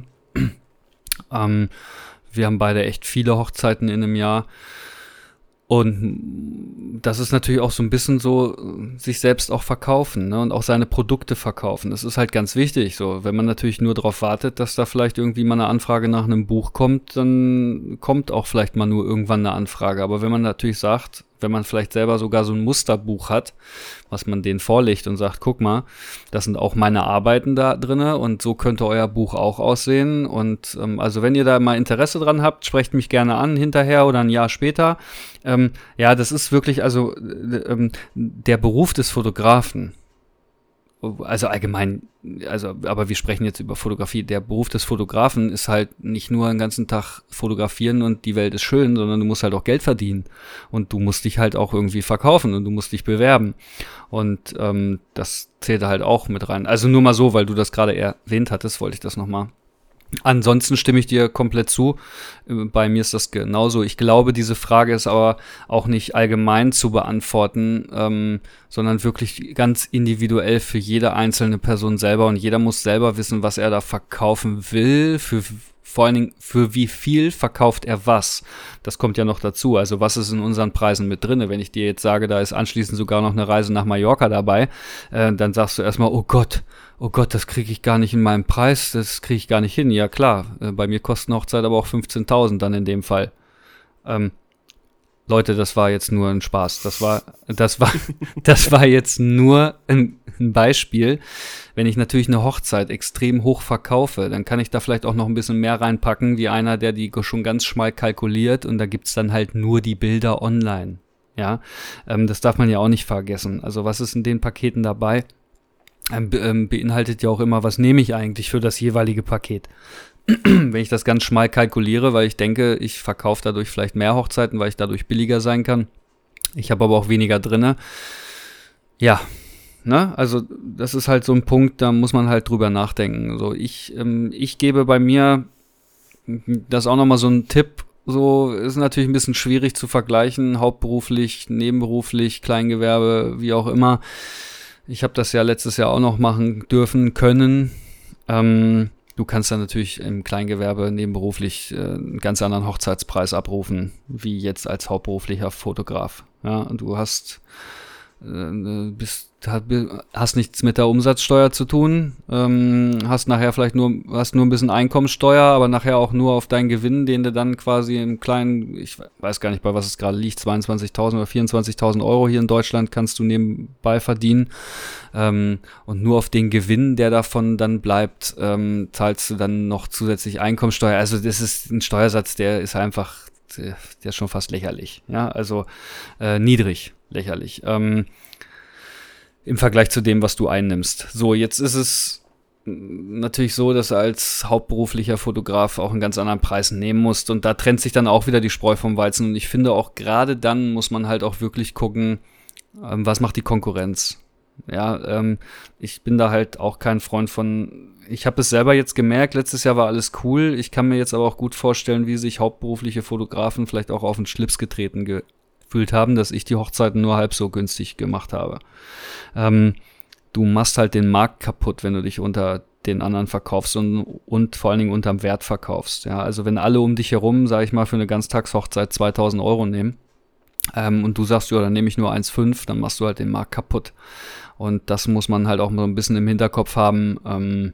ähm, wir haben beide echt viele Hochzeiten in einem Jahr. Und das ist natürlich auch so ein bisschen so, sich selbst auch verkaufen, ne? Und auch seine Produkte verkaufen. Das ist halt ganz wichtig. So, wenn man natürlich nur darauf wartet, dass da vielleicht irgendwie mal eine Anfrage nach einem Buch kommt, dann kommt auch vielleicht mal nur irgendwann eine Anfrage. Aber wenn man natürlich sagt, wenn man vielleicht selber sogar so ein Musterbuch hat, was man denen vorlegt und sagt, guck mal, das sind auch meine Arbeiten da drinne und so könnte euer Buch auch aussehen. Und ähm, also wenn ihr da mal Interesse dran habt, sprecht mich gerne an hinterher oder ein Jahr später. Ähm, ja, das ist wirklich also äh, äh, der Beruf des Fotografen. Also allgemein, also aber wir sprechen jetzt über Fotografie. Der Beruf des Fotografen ist halt nicht nur den ganzen Tag fotografieren und die Welt ist schön, sondern du musst halt auch Geld verdienen und du musst dich halt auch irgendwie verkaufen und du musst dich bewerben und ähm, das zählt halt auch mit rein. Also nur mal so, weil du das gerade erwähnt hattest, wollte ich das nochmal. Ansonsten stimme ich dir komplett zu. Bei mir ist das genauso. Ich glaube, diese Frage ist aber auch nicht allgemein zu beantworten, ähm, sondern wirklich ganz individuell für jede einzelne Person selber. Und jeder muss selber wissen, was er da verkaufen will, für vor allen Dingen für wie viel verkauft er was. Das kommt ja noch dazu. Also was ist in unseren Preisen mit drin? Wenn ich dir jetzt sage, da ist anschließend sogar noch eine Reise nach Mallorca dabei, äh, dann sagst du erstmal, oh Gott, oh Gott, das kriege ich gar nicht in meinem Preis, das kriege ich gar nicht hin. Ja klar, äh, bei mir kostet eine Hochzeit aber auch fünfzehntausend dann in dem Fall. Ähm, Leute, das war jetzt nur ein Spaß. Das war, das war, das war jetzt nur ein, ein Beispiel. Wenn ich natürlich eine Hochzeit extrem hoch verkaufe, dann kann ich da vielleicht auch noch ein bisschen mehr reinpacken, wie einer, der die schon ganz schmal kalkuliert und da gibt's dann halt nur die Bilder online. Ja, ähm, das darf man ja auch nicht vergessen. Also was ist in den Paketen dabei? Ähm, be- ähm, beinhaltet ja auch immer, was nehme ich eigentlich für das jeweilige Paket. Wenn ich das ganz schmal kalkuliere, weil ich denke, ich verkaufe dadurch vielleicht mehr Hochzeiten, weil ich dadurch billiger sein kann. Ich habe aber auch weniger drinne. Ja, ne? Also das ist halt so ein Punkt, da muss man halt drüber nachdenken. So, ich, ähm, ich gebe bei mir, das ist auch nochmal so ein Tipp, so ist natürlich ein bisschen schwierig zu vergleichen, hauptberuflich, nebenberuflich, Kleingewerbe, wie auch immer. Ich habe das ja letztes Jahr auch noch machen dürfen, können. Ähm, Du kannst dann natürlich im Kleingewerbe nebenberuflich äh, einen ganz anderen Hochzeitspreis abrufen, wie jetzt als hauptberuflicher Fotograf. Ja, und du hast äh, bist, hast nichts mit der Umsatzsteuer zu tun, ähm, hast nachher vielleicht nur, hast nur ein bisschen Einkommensteuer, aber nachher auch nur auf deinen Gewinn, den du dann quasi im kleinen, ich weiß gar nicht, bei was es gerade liegt, zweiundzwanzigtausend oder vierundzwanzigtausend Euro hier in Deutschland kannst du nebenbei verdienen. Ähm, und nur auf den Gewinn, der davon dann bleibt, ähm, zahlst du dann noch zusätzlich Einkommensteuer. Also das ist ein Steuersatz, der ist einfach, der ist schon fast lächerlich. Ja, also äh, niedrig, lächerlich. Ähm, im Vergleich zu dem, was du einnimmst. So, jetzt ist es natürlich so, dass du als hauptberuflicher Fotograf auch einen ganz anderen Preis nehmen musst und da trennt sich dann auch wieder die Spreu vom Weizen und ich finde auch gerade dann muss man halt auch wirklich gucken, ähm, was macht die Konkurrenz. Ja, ähm, ich bin da halt auch kein Freund von, ich habe es selber jetzt gemerkt, letztes Jahr war alles cool, ich kann mir jetzt aber auch gut vorstellen, wie sich hauptberufliche Fotografen vielleicht auch auf den Schlips getreten ge- gefühlt haben, dass ich die Hochzeiten nur halb so günstig gemacht habe. Ähm, du machst halt den Markt kaputt, wenn du dich unter den anderen verkaufst und, und vor allen Dingen unterm Wert verkaufst. Ja, also wenn alle um dich herum, sage ich mal, für eine Ganztagshochzeit zweitausend Euro nehmen ähm, und du sagst, ja, dann nehme ich nur eins Komma fünf, dann machst du halt den Markt kaputt. Und das muss man halt auch mal ein bisschen im Hinterkopf haben. Ähm,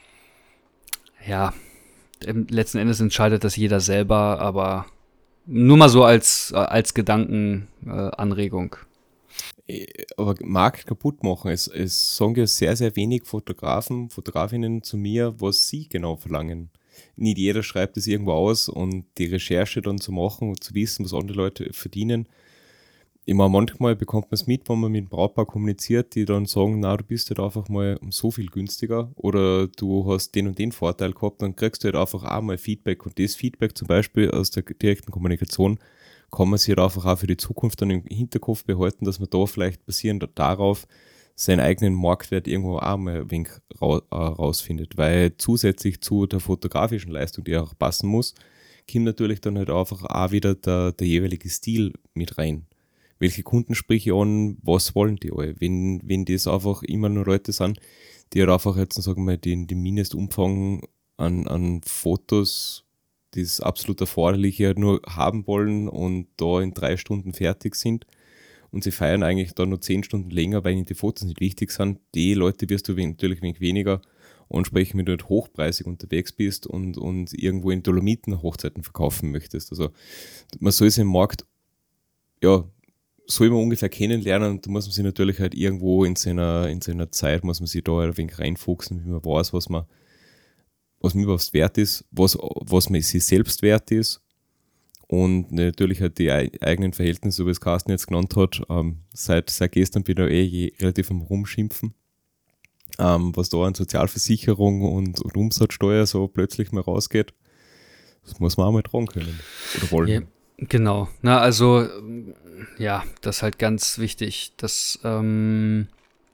ja, letzten Endes entscheidet das jeder selber, aber nur mal so als, als Gedankenanregung. Äh, aber Markt kaputt machen, es, es sagen ja sehr, sehr wenig Fotografen, Fotografinnen zu mir, was sie genau verlangen. Nicht jeder schreibt es irgendwo aus und die Recherche dann zu machen und zu wissen, was andere Leute verdienen. Immer manchmal bekommt man es mit, wenn man mit dem Brautpaar kommuniziert, die dann sagen, na, du bist halt einfach mal so viel günstiger oder du hast den und den Vorteil gehabt, dann kriegst du halt einfach auch mal Feedback und das Feedback zum Beispiel aus der direkten Kommunikation kann man sich halt einfach auch für die Zukunft dann im Hinterkopf behalten, dass man da vielleicht basierend darauf seinen eigenen Marktwert irgendwo auch mal ein wenig rausfindet, weil zusätzlich zu der fotografischen Leistung, die auch passen muss, kommt natürlich dann halt einfach auch wieder der, der jeweilige Stil mit rein. Welche Kunden spreche ich an, was wollen die alle? Wenn, wenn das einfach immer nur Leute sind, die halt einfach jetzt, sagen wir mal, den, den Mindestumfang an, an Fotos, das absolut Erforderliche halt nur haben wollen und da in drei Stunden fertig sind und sie feiern eigentlich da nur zehn Stunden länger, weil ihnen die Fotos nicht wichtig sind, die Leute wirst du natürlich wenig weniger ansprechen, wenn du nicht hochpreisig unterwegs bist und, und irgendwo in Dolomiten Hochzeiten verkaufen möchtest. Also man soll es im Markt, ja, soll man ungefähr kennenlernen und da muss man sich natürlich halt irgendwo in seiner, in seiner Zeit, muss man sich da ein wenig reinfuchsen, wie man weiß, was man, was mir überhaupt wert ist, was, was man sich selbst wert ist und natürlich halt die eigenen Verhältnisse, so wie es Carsten jetzt genannt hat, ähm, seit, seit gestern bin ich eh relativ am Rumschimpfen, ähm, was da an Sozialversicherung und, und Umsatzsteuer so plötzlich mal rausgeht, das muss man auch mal tragen können oder wollen. Ja. Genau, na also ja, das ist halt ganz wichtig, dass ähm,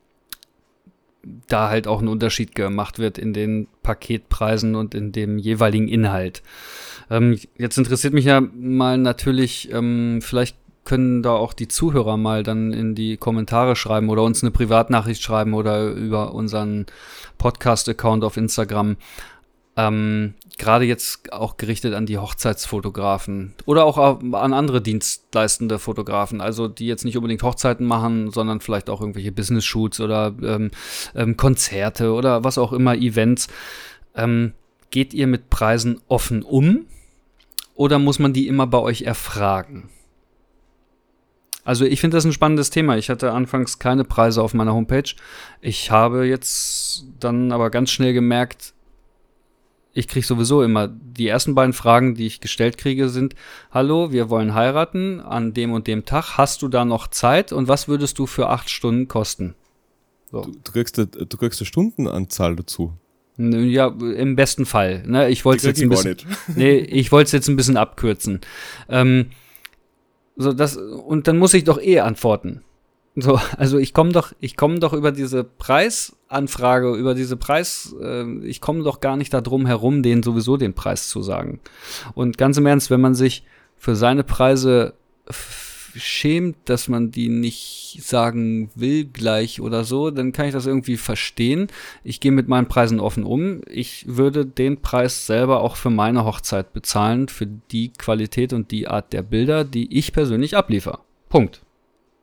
da halt auch ein Unterschied gemacht wird in den Paketpreisen und in dem jeweiligen Inhalt. Ähm, jetzt interessiert mich ja mal natürlich, ähm, vielleicht können da auch die Zuhörer mal dann in die Kommentare schreiben oder uns eine Privatnachricht schreiben oder über unseren Podcast-Account auf Instagram. Ähm, gerade jetzt auch gerichtet an die Hochzeitsfotografen oder auch an andere dienstleistende Fotografen, also die jetzt nicht unbedingt Hochzeiten machen, sondern vielleicht auch irgendwelche Business-Shoots oder ähm, ähm, Konzerte oder was auch immer, Events. Ähm, geht ihr mit Preisen offen um oder muss man die immer bei euch erfragen? Also ich finde das ein spannendes Thema. Ich hatte anfangs keine Preise auf meiner Homepage. Ich habe jetzt dann aber ganz schnell gemerkt, ich kriege sowieso immer, die ersten beiden Fragen, die ich gestellt kriege, sind: Hallo, wir wollen heiraten an dem und dem Tag. Hast du da noch Zeit? Und was würdest du für acht Stunden kosten? So. Du, du, kriegst eine, du kriegst eine Stundenanzahl dazu. Ja, im besten Fall. Ne? Ich wollte es jetzt ein bisschen, nee, ich wollte es jetzt ein bisschen abkürzen. Ähm, so das, und dann muss ich doch eh antworten. So, also ich komme doch, ich komme doch über diese Preisanfrage, über diese Preis, äh, ich komme doch gar nicht da drum herum, denen sowieso den Preis zu sagen. Und ganz im Ernst, wenn man sich für seine Preise f- schämt, dass man die nicht sagen will gleich oder so, dann kann ich das irgendwie verstehen. Ich gehe mit meinen Preisen offen um. Ich würde den Preis selber auch für meine Hochzeit bezahlen, für die Qualität und die Art der Bilder, die ich persönlich abliefere. Punkt.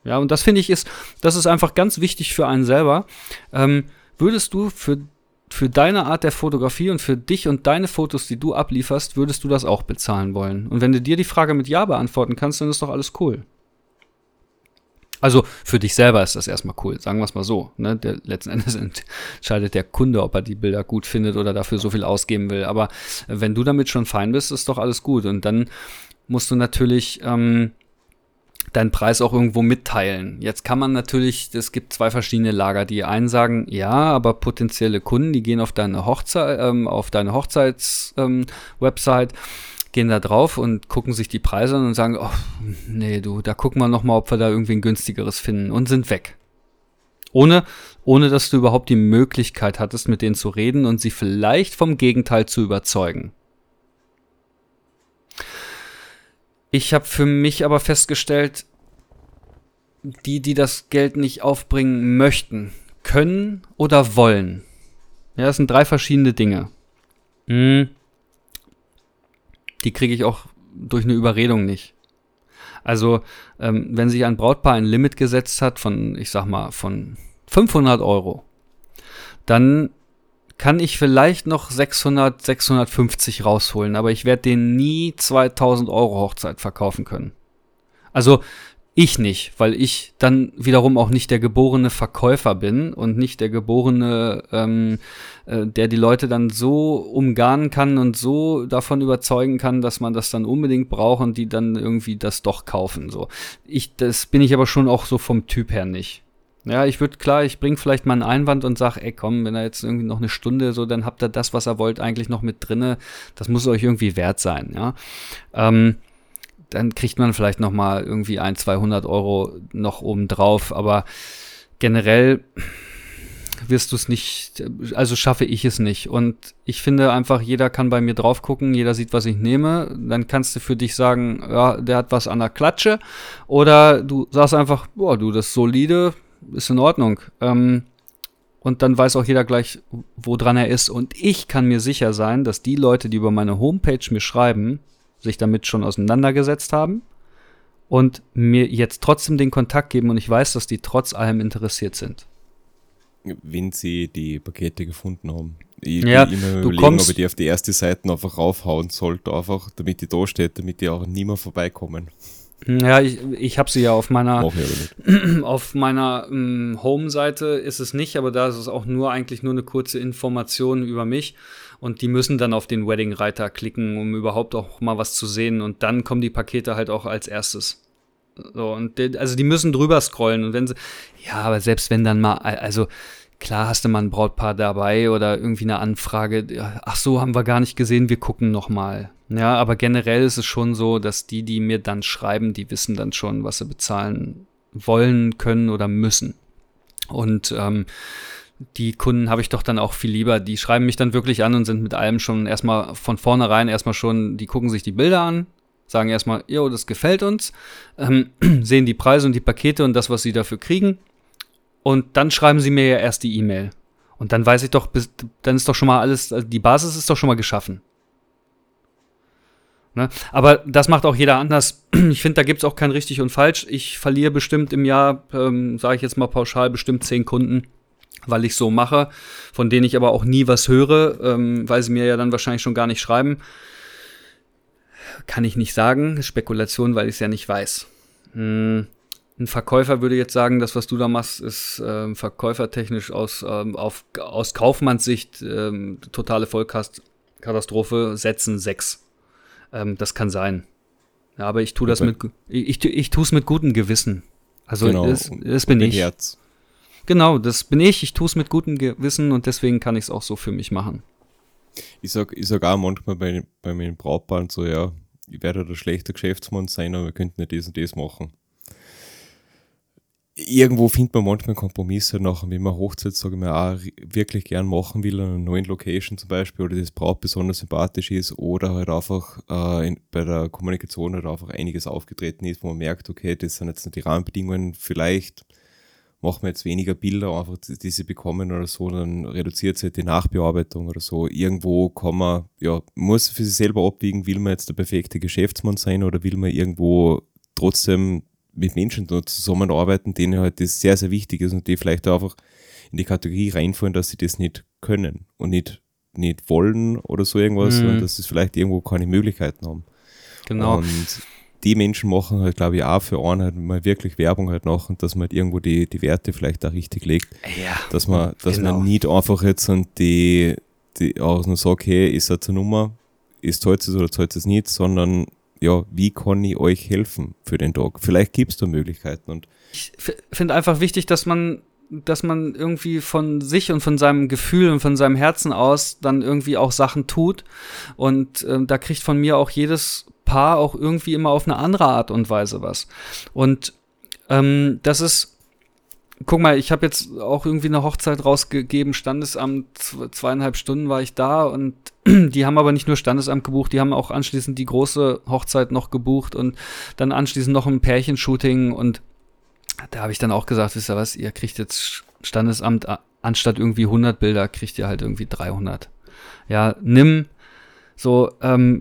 Ja, und das finde ich ist, das ist einfach ganz wichtig für einen selber. Ähm, würdest du für, für deine Art der Fotografie und für dich und deine Fotos, die du ablieferst, würdest du das auch bezahlen wollen? Und wenn du dir die Frage mit Ja beantworten kannst, dann ist doch alles cool. Also für dich selber ist das erstmal cool, sagen wir es mal so. Ne? Der, letzten Endes entscheidet der Kunde, ob er die Bilder gut findet oder dafür so viel ausgeben will. Aber wenn du damit schon fein bist, ist doch alles gut. Und dann musst du natürlich ähm, deinen Preis auch irgendwo mitteilen. Jetzt kann man natürlich, es gibt zwei verschiedene Lager. Die einen sagen, ja, aber potenzielle Kunden, die gehen auf deine Hochzeit, ähm, auf deine Hochzeits-Website, ähm, gehen da drauf und gucken sich die Preise an und sagen, oh, nee, du, da gucken wir nochmal, ob wir da irgendwie ein günstigeres finden und sind weg. Ohne, ohne, dass du überhaupt die Möglichkeit hattest, mit denen zu reden und sie vielleicht vom Gegenteil zu überzeugen. Ich habe für mich aber festgestellt, die, die das Geld nicht aufbringen möchten, können oder wollen. Ja, das sind drei verschiedene Dinge. Hm. Die kriege ich auch durch eine Überredung nicht. Also, ähm, wenn sich ein Brautpaar ein Limit gesetzt hat von, ich sag mal, von fünfhundert Euro, dann kann ich vielleicht noch sechshundert, sechshundertfünfzig rausholen, aber ich werde denen nie zweitausend Euro Hochzeit verkaufen können. Also ich nicht, weil ich dann wiederum auch nicht der geborene Verkäufer bin und nicht der geborene, ähm, äh, der die Leute dann so umgarnen kann und so davon überzeugen kann, dass man das dann unbedingt braucht und die dann irgendwie das doch kaufen. So, ich, das bin ich aber schon auch so vom Typ her nicht. Ja, ich würde, klar, ich bringe vielleicht mal einen Einwand und sage, ey komm, wenn er jetzt irgendwie noch eine Stunde so, dann habt ihr das, was ihr wollt, eigentlich noch mit drinne. Das muss euch irgendwie wert sein, ja. Ähm, dann kriegt man vielleicht noch mal irgendwie ein, zweihundert Euro noch oben drauf, aber generell wirst du es nicht, also schaffe ich es nicht. Und ich finde einfach, jeder kann bei mir drauf gucken, jeder sieht, was ich nehme. Dann kannst du für dich sagen, ja, der hat was an der Klatsche. Oder du sagst einfach, boah, du, das ist solide, ist in Ordnung. Ähm, und dann weiß auch jeder gleich, wo dran er ist. Und ich kann mir sicher sein, dass die Leute, die über meine Homepage mir schreiben, sich damit schon auseinandergesetzt haben und mir jetzt trotzdem den Kontakt geben und ich weiß, dass die trotz allem interessiert sind. Wenn sie die Pakete gefunden haben. Ich ja, bin immer du überlegen, kommst, ob ich die auf die erste Seite einfach raufhauen sollte, einfach, damit die da steht, damit die auch nie mehr vorbeikommen. Ja, ich, ich habe sie ja auf meiner Mach ich aber nicht. auf meiner ähm, Home-Seite ist es nicht, aber da ist es auch nur eigentlich nur eine kurze Information über mich und die müssen dann auf den Wedding-Reiter klicken, um überhaupt auch mal was zu sehen und dann kommen die Pakete halt auch als erstes. So, und de, also die müssen drüber scrollen und wenn sie, ja, aber selbst wenn dann mal, also klar hast du mal ein Brautpaar dabei oder irgendwie eine Anfrage, ach so, haben wir gar nicht gesehen, wir gucken noch mal. Ja, aber generell ist es schon so, dass die, die mir dann schreiben, die wissen dann schon, was sie bezahlen wollen, können oder müssen. Und ähm, die Kunden habe ich doch dann auch viel lieber, die schreiben mich dann wirklich an und sind mit allem schon erstmal von vornherein erstmal schon, die gucken sich die Bilder an, sagen erstmal, jo, das gefällt uns, ähm, sehen die Preise und die Pakete und das, was sie dafür kriegen. Und dann schreiben sie mir ja erst die E-Mail. Und dann weiß ich doch, bis, dann ist doch schon mal alles, die Basis ist doch schon mal geschaffen. Ne? Aber das macht auch jeder anders. Ich finde, da gibt es auch kein richtig und falsch. Ich verliere bestimmt im Jahr, ähm, sage ich jetzt mal pauschal, bestimmt zehn Kunden, weil ich so mache, von denen ich aber auch nie was höre, ähm, weil sie mir ja dann wahrscheinlich schon gar nicht schreiben. Kann ich nicht sagen. Spekulation, weil ich es ja nicht weiß. Hm. Ein Verkäufer würde jetzt sagen, das, was du da machst, ist äh, verkäufertechnisch aus, ähm, auf, aus Kaufmannssicht ähm, totale Vollkatastrophe, setzen sechs. Ähm, das kann sein. Ja, aber ich tue das okay. mit, ich, ich, ich tue es mit gutem Gewissen. Also genau. das, das bin und ich. Herz. Genau, das bin ich. Ich tue es mit gutem Gewissen und deswegen kann ich es auch so für mich machen. Ich sag, ich sag auch manchmal bei, bei meinen Brautpaaren so, ja, ich werde der schlechte Geschäftsmann sein, aber wir könnten ja das und das machen. Irgendwo findet man manchmal Kompromisse nachher, wenn man Hochzeit, sage ich mal, auch wirklich gern machen will, an einer neuen Location zum Beispiel, oder das Braut besonders sympathisch ist, oder halt einfach äh, in, bei der Kommunikation halt einfach einiges aufgetreten ist, wo man merkt, okay, das sind jetzt nicht die Rahmenbedingungen, vielleicht machen wir jetzt weniger Bilder, einfach die sie bekommen oder so, dann reduziert sich die Nachbearbeitung oder so. Irgendwo kann man, ja, muss für sich selber abwiegen, will man jetzt der perfekte Geschäftsmann sein oder will man irgendwo trotzdem mit Menschen da zusammenarbeiten, denen halt das sehr, sehr wichtig ist und die vielleicht einfach in die Kategorie reinfallen, dass sie das nicht können und nicht, nicht wollen oder so irgendwas, Mhm. sondern dass sie vielleicht irgendwo keine Möglichkeiten haben. Genau. Und die Menschen machen halt, glaube ich, auch für einen halt mal wirklich Werbung halt nach und dass man halt irgendwo die, die Werte vielleicht auch richtig legt. Ja. Dass man, dass Genau. man nicht einfach jetzt und die, die auch nur sagt, hey, ist das eine Nummer, ist zahlt es oder zahlt es nicht, sondern ja, wie kann ich euch helfen für den Tag? Vielleicht gibt es da Möglichkeiten. Und Ich f- finde einfach wichtig, dass man, dass man irgendwie von sich und von seinem Gefühl und von seinem Herzen aus dann irgendwie auch Sachen tut. Und ähm, da kriegt von mir auch jedes Paar auch irgendwie immer auf eine andere Art und Weise was. Und ähm, das ist, guck mal, ich habe jetzt auch irgendwie eine Hochzeit rausgegeben, Standesamt, zw- zweieinhalb Stunden war ich da und die haben aber nicht nur Standesamt gebucht, die haben auch anschließend die große Hochzeit noch gebucht und dann anschließend noch ein Pärchenshooting und da habe ich dann auch gesagt, wisst ihr was, ihr kriegt jetzt Standesamt, a- anstatt irgendwie hundert Bilder, kriegt ihr halt irgendwie dreihundert. Ja, nimm, so, ähm,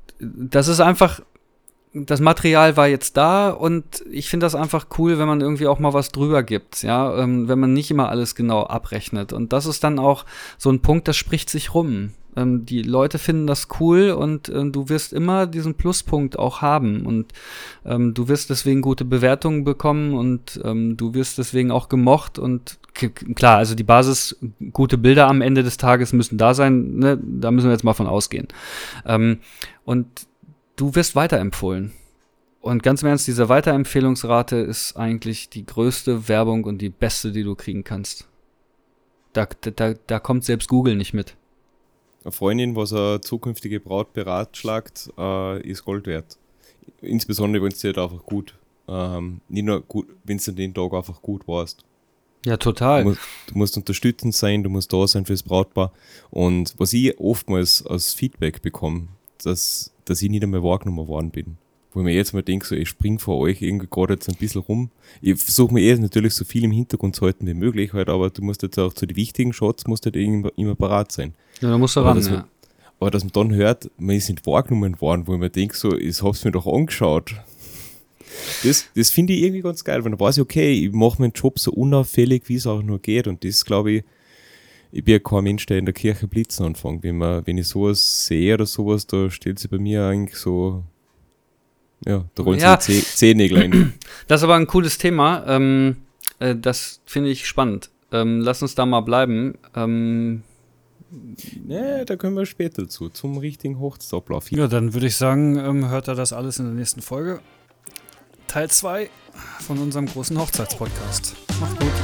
das ist einfach, das Material war jetzt da und ich finde das einfach cool, wenn man irgendwie auch mal was drüber gibt, ja, ähm, wenn man nicht immer alles genau abrechnet. Und das ist dann auch so ein Punkt, das spricht sich rum. Ähm, die Leute finden das cool und ähm, du wirst immer diesen Pluspunkt auch haben und ähm, du wirst deswegen gute Bewertungen bekommen und ähm, du wirst deswegen auch gemocht und k- klar, also die Basis, gute Bilder am Ende des Tages müssen da sein, ne? Da müssen wir jetzt mal von ausgehen. Ähm, und du wirst weiterempfohlen. Und ganz im Ernst, diese Weiterempfehlungsrate ist eigentlich die größte Werbung und die beste, die du kriegen kannst. Da, da, da kommt selbst Google nicht mit. eine Freundin, was eine zukünftige Braut beratschlagt, äh, ist Gold wert. Insbesondere, wenn es dir halt einfach gut, ähm, nicht nur gut, wenn es an den Tag einfach gut warst. Ja, Du total. musst, du musst unterstützend sein, du musst da sein fürs Brautpaar. Und was ich oftmals als Feedback bekomme, dass, dass ich nicht einmal wahrgenommen worden bin. Wo ich mir jetzt mal denke, so, ich spring vor euch irgendwie gerade jetzt ein bisschen rum. Ich versuche mir eh natürlich so viel im Hintergrund zu halten wie möglich, halt, aber du musst jetzt auch zu den wichtigen Shots musst halt immer, immer parat sein. Ja, da musst du Aber ran, das ja. wird- Aber dass man dann hört, man ist nicht wahrgenommen worden, wo ich mir denke, so, ich hab's mir doch angeschaut. Das, das finde ich irgendwie ganz geil, weil dann weiß ich, okay, ich mache meinen Job so unauffällig, wie es auch nur geht. Und das glaube ich, ich bin ja kein Mensch, der in der Kirche blitzen anfängt. Wenn, man, wenn ich sowas sehe oder sowas, da stellt sich bei mir eigentlich so, ja, da rollen Ja. sich die Zeh- Zehennägel ein. Das ist aber ein cooles Thema. Ähm, äh, das finde ich spannend. Ähm, lass uns da mal bleiben. Ähm, Ja, da können wir später zu, zum richtigen Hochzeitsablauf. Ja, dann würde ich sagen, ähm, hört ihr das alles in der nächsten Folge. Teil zwei von unserem großen Hochzeitspodcast. Macht gut.